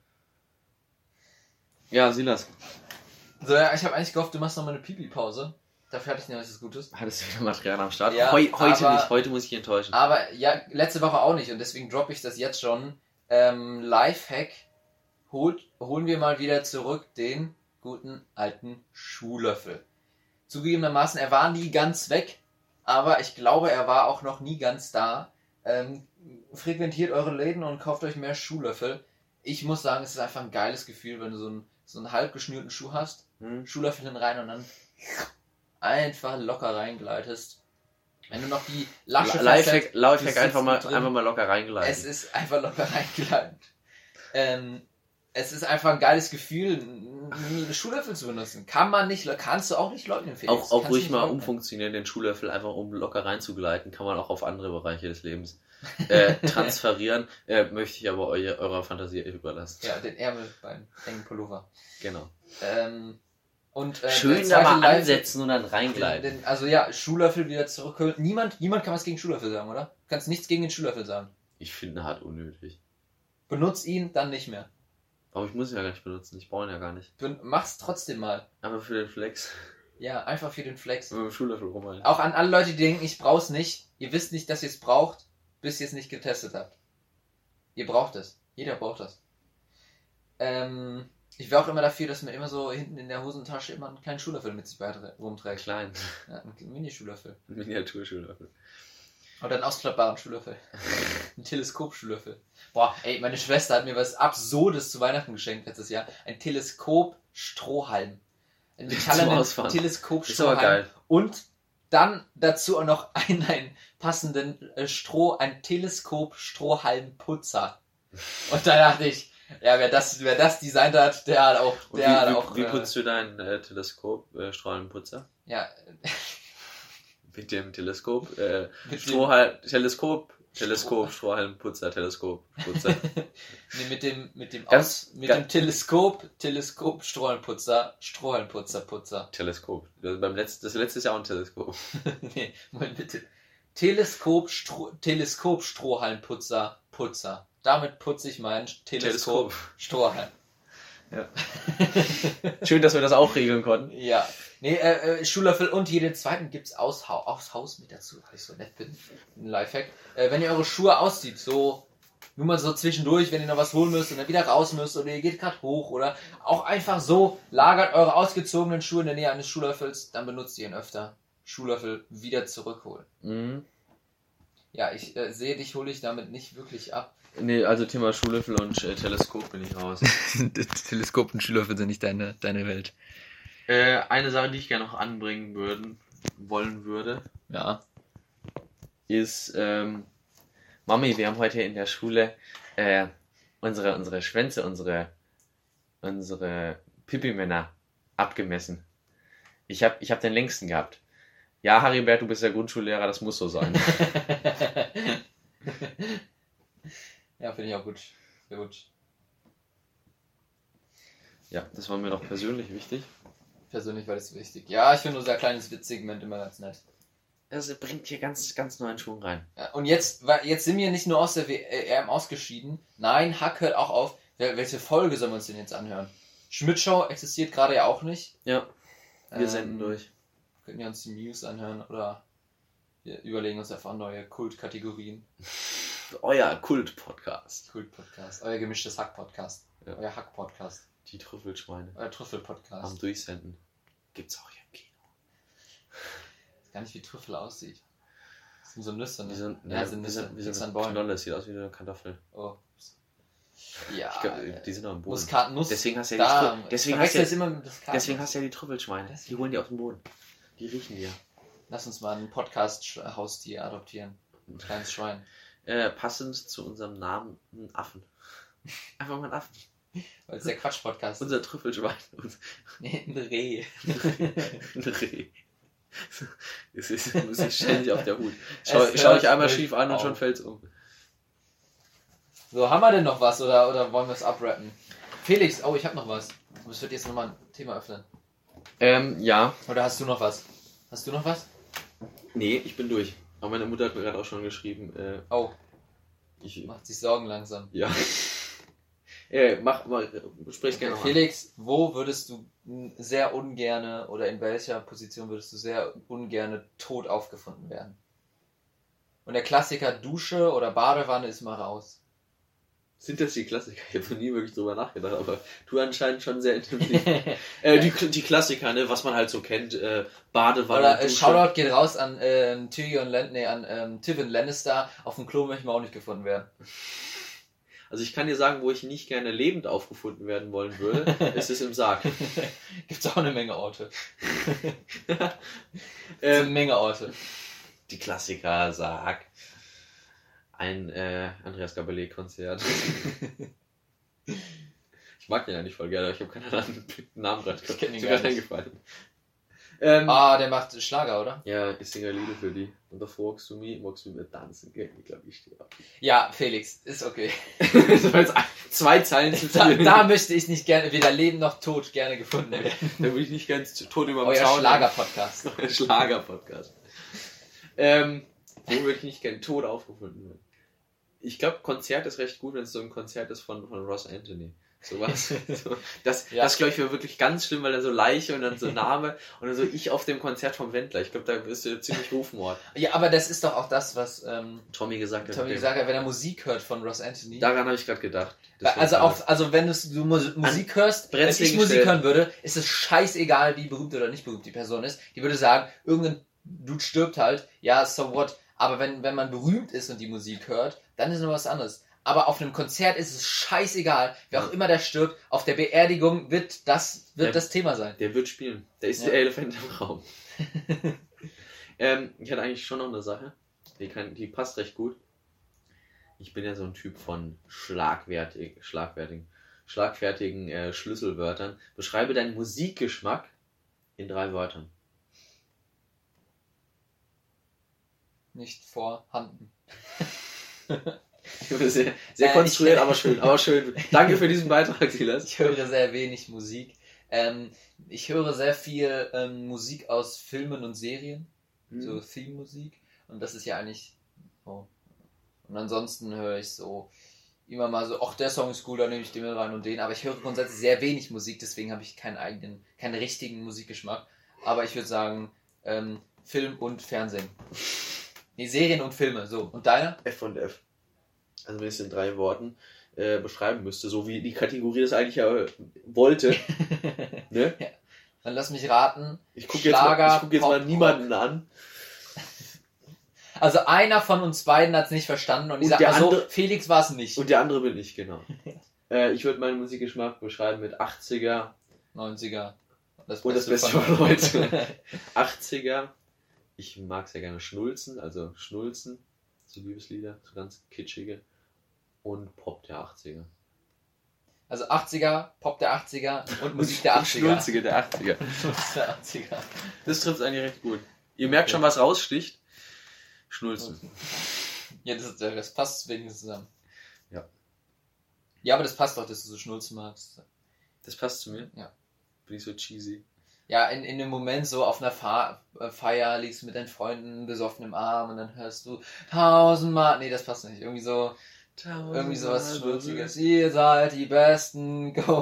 Ja, Silas. So, ja, ich habe eigentlich gehofft, du machst noch mal eine Pipi-Pause. Dafür hatte ich nämlich was Gutes. Hattest du wieder Material am Start? Ja, Heu, heute aber, nicht, heute muss ich enttäuschen. Aber ja, letzte Woche auch nicht und deswegen droppe ich das jetzt schon. Ähm, Lifehack, holt, holen wir mal wieder zurück den guten alten Schuhlöffel. Zugegebenermaßen, er war nie ganz weg, aber ich glaube, er war auch noch nie ganz da. Ähm, frequentiert eure Läden und kauft euch mehr Schuhlöffel. Ich muss sagen, es ist einfach ein geiles Gefühl, wenn du so einen, so einen halb geschnürten Schuh hast, hm. Schuhlöffel hin rein und dann einfach locker reingleitest. Wenn du noch die Lasche Lifehack, Lifehack einfach mal, einfach mal locker reingleiten. Es ist einfach locker reingleiten. Ähm, es ist einfach ein geiles Gefühl, einen Schuhlöffel zu benutzen. Kann man nicht, kannst du auch nicht leugnen, Felix. Auch, auch ruhig mal umfunktionieren, den Schuhlöffel einfach um locker reinzugleiten, kann man auch auf andere Bereiche des Lebens äh, transferieren. Äh, möchte ich aber eu, eurer Fantasie überlassen. Ja, den Ärmel beim engen Pullover. Genau. Ähm, Und, äh, schön da mal ansetzen und dann reingleiten. Den, den, also ja, Schuhlöffel wieder zurückholen. Niemand, niemand kann was gegen Schuhlöffel sagen, oder? Du kannst nichts gegen den Schuhlöffel sagen. Ich finde ihn hart unnötig. Benutz ihn, dann nicht mehr. Aber ich muss ihn ja gar nicht benutzen, ich brauche ihn ja gar nicht. Ben- Mach's trotzdem mal. Aber für den Flex. Ja, einfach für den Flex. Mit dem Schuhlöffel rumhalten. Auch an alle Leute, die denken, ich brauch's nicht. Ihr wisst nicht, dass ihr es braucht, bis ihr es nicht getestet habt. Ihr braucht es. Jeder braucht das. Ähm... Ich wäre auch immer dafür, dass man immer so hinten in der Hosentasche immer einen kleinen Schuhlöffel mit sich rumträgt. Klein. Ja, einen Mini-Schuhlöffel. Ein Miniaturschuhlöffel. Oder einen ausklappbaren Schuhlöffel. Ein Teleskop-Schuhlöffel. Boah, ey, meine Schwester hat mir was Absurdes zu Weihnachten geschenkt letztes Jahr. Ein Teleskop-Strohhalm. Ein metallernen Teleskop-Strohhalm. Ist aber geil. Und dann dazu auch noch einen, einen passenden äh, Stroh, ein Teleskop-Strohhalm-Putzer. Und da dachte ich, ja, wer das, wer das designt hat, der hat auch, der wie, hat wie, auch. Wie äh, putzt du deinen äh, Teleskop-Strahlenputzer? Äh, ja. Mit dem Teleskop, äh, mit Strohhalm, Teleskop, Teleskop, Strohhalmputzer, Teleskop, Putzer. nee, mit dem, mit dem, ganz, Aus, mit ganz, dem Teleskop, Teleskop, Strohhalmputzer, Strohhalmputzer, Putzer. Teleskop. Das, beim letzten, das letzte Jahr auch ein Teleskop. nee, Moment bitte. Teleskop, Stro, Teleskop, Strohhalmputzer, Putzer. Damit putze ich meinen Teleskop, Teleskop. Strohhalm. Ja. Schön, dass wir das auch regeln konnten. Ja. Nee, äh, Schuhlöffel und jeden zweiten gibt's aus, aus Haus mit dazu, weil ich so nett bin. Ein Lifehack. Äh, wenn ihr eure Schuhe auszieht, so nur mal so zwischendurch, wenn ihr noch was holen müsst und dann wieder raus müsst oder ihr geht gerade hoch oder auch einfach so, lagert eure ausgezogenen Schuhe in der Nähe eines Schuhlöffels, dann benutzt ihr ihn öfter. Schuhlöffel wieder zurückholen. Mhm. Ja, ich äh, sehe dich, hole ich damit nicht wirklich ab. Nee, also Thema Schuhlöffel und äh, Teleskop bin ich raus. Teleskop und Schuhlöffel sind nicht deine, deine Welt. Äh, eine Sache, die ich gerne noch anbringen würden, wollen würde, ja, ist, ähm, Mami, wir haben heute in der Schule äh, unsere, unsere Schwänze, unsere, unsere Pipi-Männer abgemessen. Ich habe ich hab den längsten gehabt. Ja, Haribert, du bist der Grundschullehrer, das muss so sein. Ja, finde ich auch gut. Sehr gut. Ja, das war mir doch persönlich wichtig. Persönlich war das wichtig. Ja, ich finde unser kleines Witzsegment immer ganz nett. Das bringt hier ganz, ganz neuen Schwung rein. Ja, und jetzt, jetzt sind wir nicht nur aus der W M ausgeschieden. Nein, Hack hört auch auf. Welche Folge sollen wir uns denn jetzt anhören? Schmidt-Show existiert gerade ja auch nicht. Ja, wir ähm, senden durch. Können wir uns die News anhören oder wir überlegen uns einfach neue Kultkategorien. Euer Kult-Podcast. Kult-Podcast. Euer gemischtes Hack-Podcast. Ja. Euer Hack-Podcast. Die Trüffelschweine. Euer Trüffel-Podcast. Am Durchsenden. Gibt's auch hier im Kino. Ich weiß gar nicht, wie Trüffel aussieht. Das sind so Nüsse, ne? Wie so, ja, ja, sind Nüsse. Wie so, wie so eine Knolle. Das sieht aus wie eine Kartoffel. Oh. Ja. Ich glaub, die sind noch am Boden. Muskatnuss. Deswegen hast du ja da, die, deswegen hast du ja, immer mit deswegen hast du ja die Trüffelschweine. Die holen die aus dem Boden. Die riechen wir. Lass uns mal ein Podcast-Haustier adoptieren. Ein kleines Schwein. Äh, passend zu unserem Namen, einen Affen. Einfach mal einen Affen. Weil es der Quatsch-Podcast ist. Unser Trüffelschwein. Nee, ein Reh. Ein Reh. Es ist, muss ich ständig auf der Hut. Schau, schau ich einmal schief an und auf. schon fällt's um. So, haben wir denn noch was oder, oder wollen wir es abrappen? Felix, oh, ich habe noch was. Aber ich würde jetzt nochmal ein Thema öffnen. Ähm, ja. Oder hast du noch was? Hast du noch was? Nee, ich bin durch. Aber meine Mutter hat mir gerade auch schon geschrieben. Äh, oh. Ich, Macht sich Sorgen langsam. Ja. äh, mach mal, sprich gerne mal. Felix, wo würdest du sehr ungerne oder in welcher Position würdest du sehr ungerne tot aufgefunden werden? Und der Klassiker Dusche oder Badewanne ist mal raus. Sind das die Klassiker? Ich habe noch nie wirklich drüber nachgedacht, aber du anscheinend schon sehr intensiv. äh, die, die Klassiker, ne, was man halt so kennt, äh, Badewanne, Oder äh, Dusche. Shoutout geht raus an ähm, Tyrion Lan- nee, an ähm, Tywin Lannister. Auf dem Klo möchte man auch nicht gefunden werden. Also ich kann dir sagen, wo ich nicht gerne lebend aufgefunden werden wollen würde, ist es im Sarg. Gibt's auch eine Menge Orte. ähm, eine Menge Orte. Die Klassiker, Sarg. Ein äh, Andreas Gabelé-Konzert. Ich mag den ja nicht voll gerne, aber ich habe keinen anderen Namen gerade Ich kenn ihn gerade gar nicht. eingefallen. Ähm, Ah, der macht Schlager, oder? Ja, ich singe Lieder für die. Und davor magst du mich, magst du mit tanzen. Ich glaube, ich stehe ab. Ja, Felix, ist okay. Das war jetzt zwei Zeilen zu Da, viel. da möchte ich nicht gerne, weder leben noch tot, gerne gefunden werden. Da würde ich nicht ganz tot über den Euer Zaun. Schlager-Podcast. Euer Schlager-Podcast. Ähm, wo würde ich nicht gerne tot aufgefunden werden? Ich glaube, Konzert ist recht gut, wenn es so ein Konzert ist von, von Ross Anthony. Sowas. So, das, Ja. das glaube ich, wäre wirklich ganz schlimm, weil dann so Leiche und dann so Name und dann so ich auf dem Konzert vom Wendler. Ich glaube, da bist du ziemlich Rufmord. Ja, aber das ist doch auch das, was ähm, Tommy gesagt hat. Tommy gesagt hat, wenn er Musik hört von Ross Anthony. Daran habe ich gerade gedacht. Das Also wär- auch, also wenn du, du Mus- Musik hörst, wenn Brezeln ich Musik gestellt. hören würde, ist es scheißegal, wie berühmt oder nicht berühmt die Person ist. Die würde sagen, irgendein Dude stirbt halt, ja, so what. Aber wenn, wenn man berühmt ist und die Musik hört, dann ist noch was anderes. Aber auf einem Konzert ist es scheißegal, wer auch immer da stirbt. Auf der Beerdigung wird das, wird Ja. das Thema sein. Der wird spielen. Da ist Ja. der Elefant im Raum. ähm, ich hatte eigentlich schon noch eine Sache. Die, kann, die passt recht gut. Ich bin ja so ein Typ von schlagwertig, schlagfertigen, schlagfertigen äh, Schlüsselwörtern. Beschreibe deinen Musikgeschmack in drei Wörtern. Nicht vorhanden. Sehr, sehr Äh, konstruiert, ich- aber schön. Aber schön. Danke für diesen Beitrag, Silas. Ich höre sehr wenig Musik. Ähm, ich höre sehr viel ähm, Musik aus Filmen und Serien. Hm. So Theme-Musik. Und das ist ja eigentlich. Oh. Und ansonsten höre ich so immer mal so, ach, der Song ist cool, da nehme ich den mit rein und den. Aber ich höre grundsätzlich sehr wenig Musik, deswegen habe ich keinen eigenen, keinen richtigen Musikgeschmack. Aber ich würde sagen, ähm, Film und Fernsehen. Nee, Serien und Filme, so. Und deiner? F und F. Also wenn ich es in drei Worten äh, beschreiben müsste, so wie die Kategorie das eigentlich ja äh, wollte. Ne? Dann lass mich raten. Ich gucke jetzt, mal, Schlager, ich guck jetzt Pop, mal niemanden an. Also einer von uns beiden hat es nicht verstanden und ich Und sag der mal so, andere- Felix war es nicht. Und der andere bin ich, genau. äh, ich würde meinen Musikgeschmack beschreiben mit achtziger neunziger. Das und das Beste von heute. achtziger. Ich mag sehr gerne Schnulzen, also Schnulzen, so Liebeslieder, so ganz kitschige. Und Pop der achtziger. Also achtziger, Pop der achtziger und Musik der achtziger. Schnulzige der achtziger. Schnulz der achtziger. Das trifft eigentlich recht gut. Ihr merkt schon, was raussticht. Schnulzen. Ja, das, das passt wenigstens zusammen. Ja. Ja, aber das passt doch, dass du so Schnulzen magst. Das passt zu mir? Ja. Bin ich so cheesy? Ja, in, in dem Moment so auf einer Fa- äh, Feier liegst du mit deinen Freunden besoffen im Arm und dann hörst du tausendmal. Nee, das passt nicht. Irgendwie so, irgendwie sowas Schnulziges. Ihr seid die besten. Go.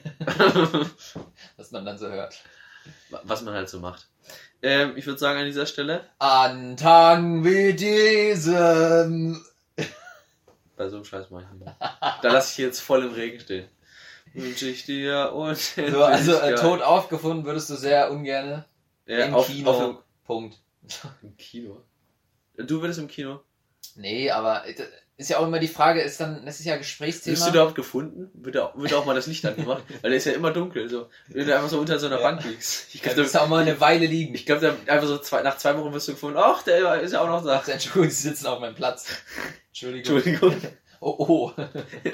Was man dann so hört. Was man halt so macht. Ähm, ich würde sagen an dieser Stelle, An Tagen wie diesem. bei so einem Scheiß mache ich nicht mehr. Da lasse ich jetzt voll im Regen stehen. Wünsche ich dir und So, also äh, tot aufgefunden würdest du sehr ungerne ja, im auf, Kino. Auf dem, Punkt. Im Kino? Du würdest im Kino? Nee, aber äh, ist ja auch immer die Frage, ist dann, das ist ja Gesprächsthema. Wirst du überhaupt gefunden? Wird auch, wird auch mal das Licht angemacht? Weil der ist ja immer dunkel. So. Wenn du einfach so unter so einer Ja. Bank liegst. Ich Kannst glaube, du auch mal eine Weile liegen. ich glaub, da einfach so zwei, nach zwei Wochen wirst du gefunden. Ach, der ist ja auch noch da. Also, Entschuldigung, sie sitzen auf meinem Platz. Entschuldigung. Entschuldigung. Oh, oh.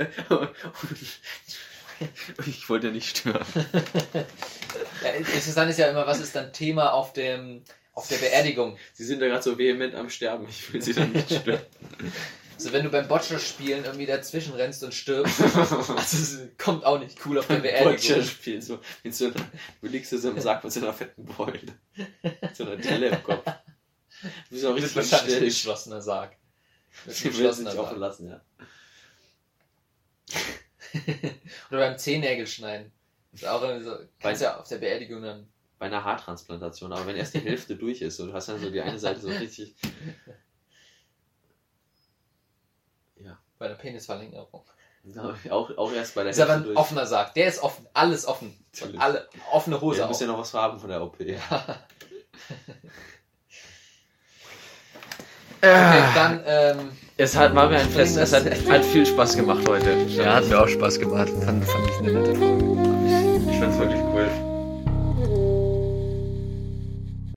Ich wollte ja nicht stören. Ja, interessant ist ja immer, was ist dann Thema auf dem auf der Beerdigung? Sie sind da gerade so vehement am Sterben. Ich will sie dann nicht stören. So, wenn du beim Boccia-Spielen irgendwie dazwischen rennst und stirbst, also es kommt auch nicht cool auf der Beerdigung. Boccia-Spiel, so, mit so einer, du liegst so im Sack mit so einer fetten Beule. Mit so einer Delle im Kopf. Du bist auch richtig wahrscheinlich ein schnell. geschlossener Sarg. Sie will sich offen lassen, ja. Oder beim Zehennägel schneiden. Das ist auch irgendwie so, kannst Bei- ja auf der Beerdigung dann. Bei einer Haartransplantation, aber wenn erst die Hälfte durch ist und du hast dann so die eine Seite so richtig. Ja. Bei einer Penisverlängerung. Auch, auch erst bei der Das ist aber Hälfte ein durch. offener Sarg. Der ist offen. Alles offen. Und Natürlich. alle offene Hose Ja, auch. muss ja noch was haben von der O P. Okay, dann, ähm, Es hat, war mir ein Fest, es hat, hat viel Spaß gemacht heute. ja, hat mir auch Spaß gemacht. Fand, fand ich eine nette Folge.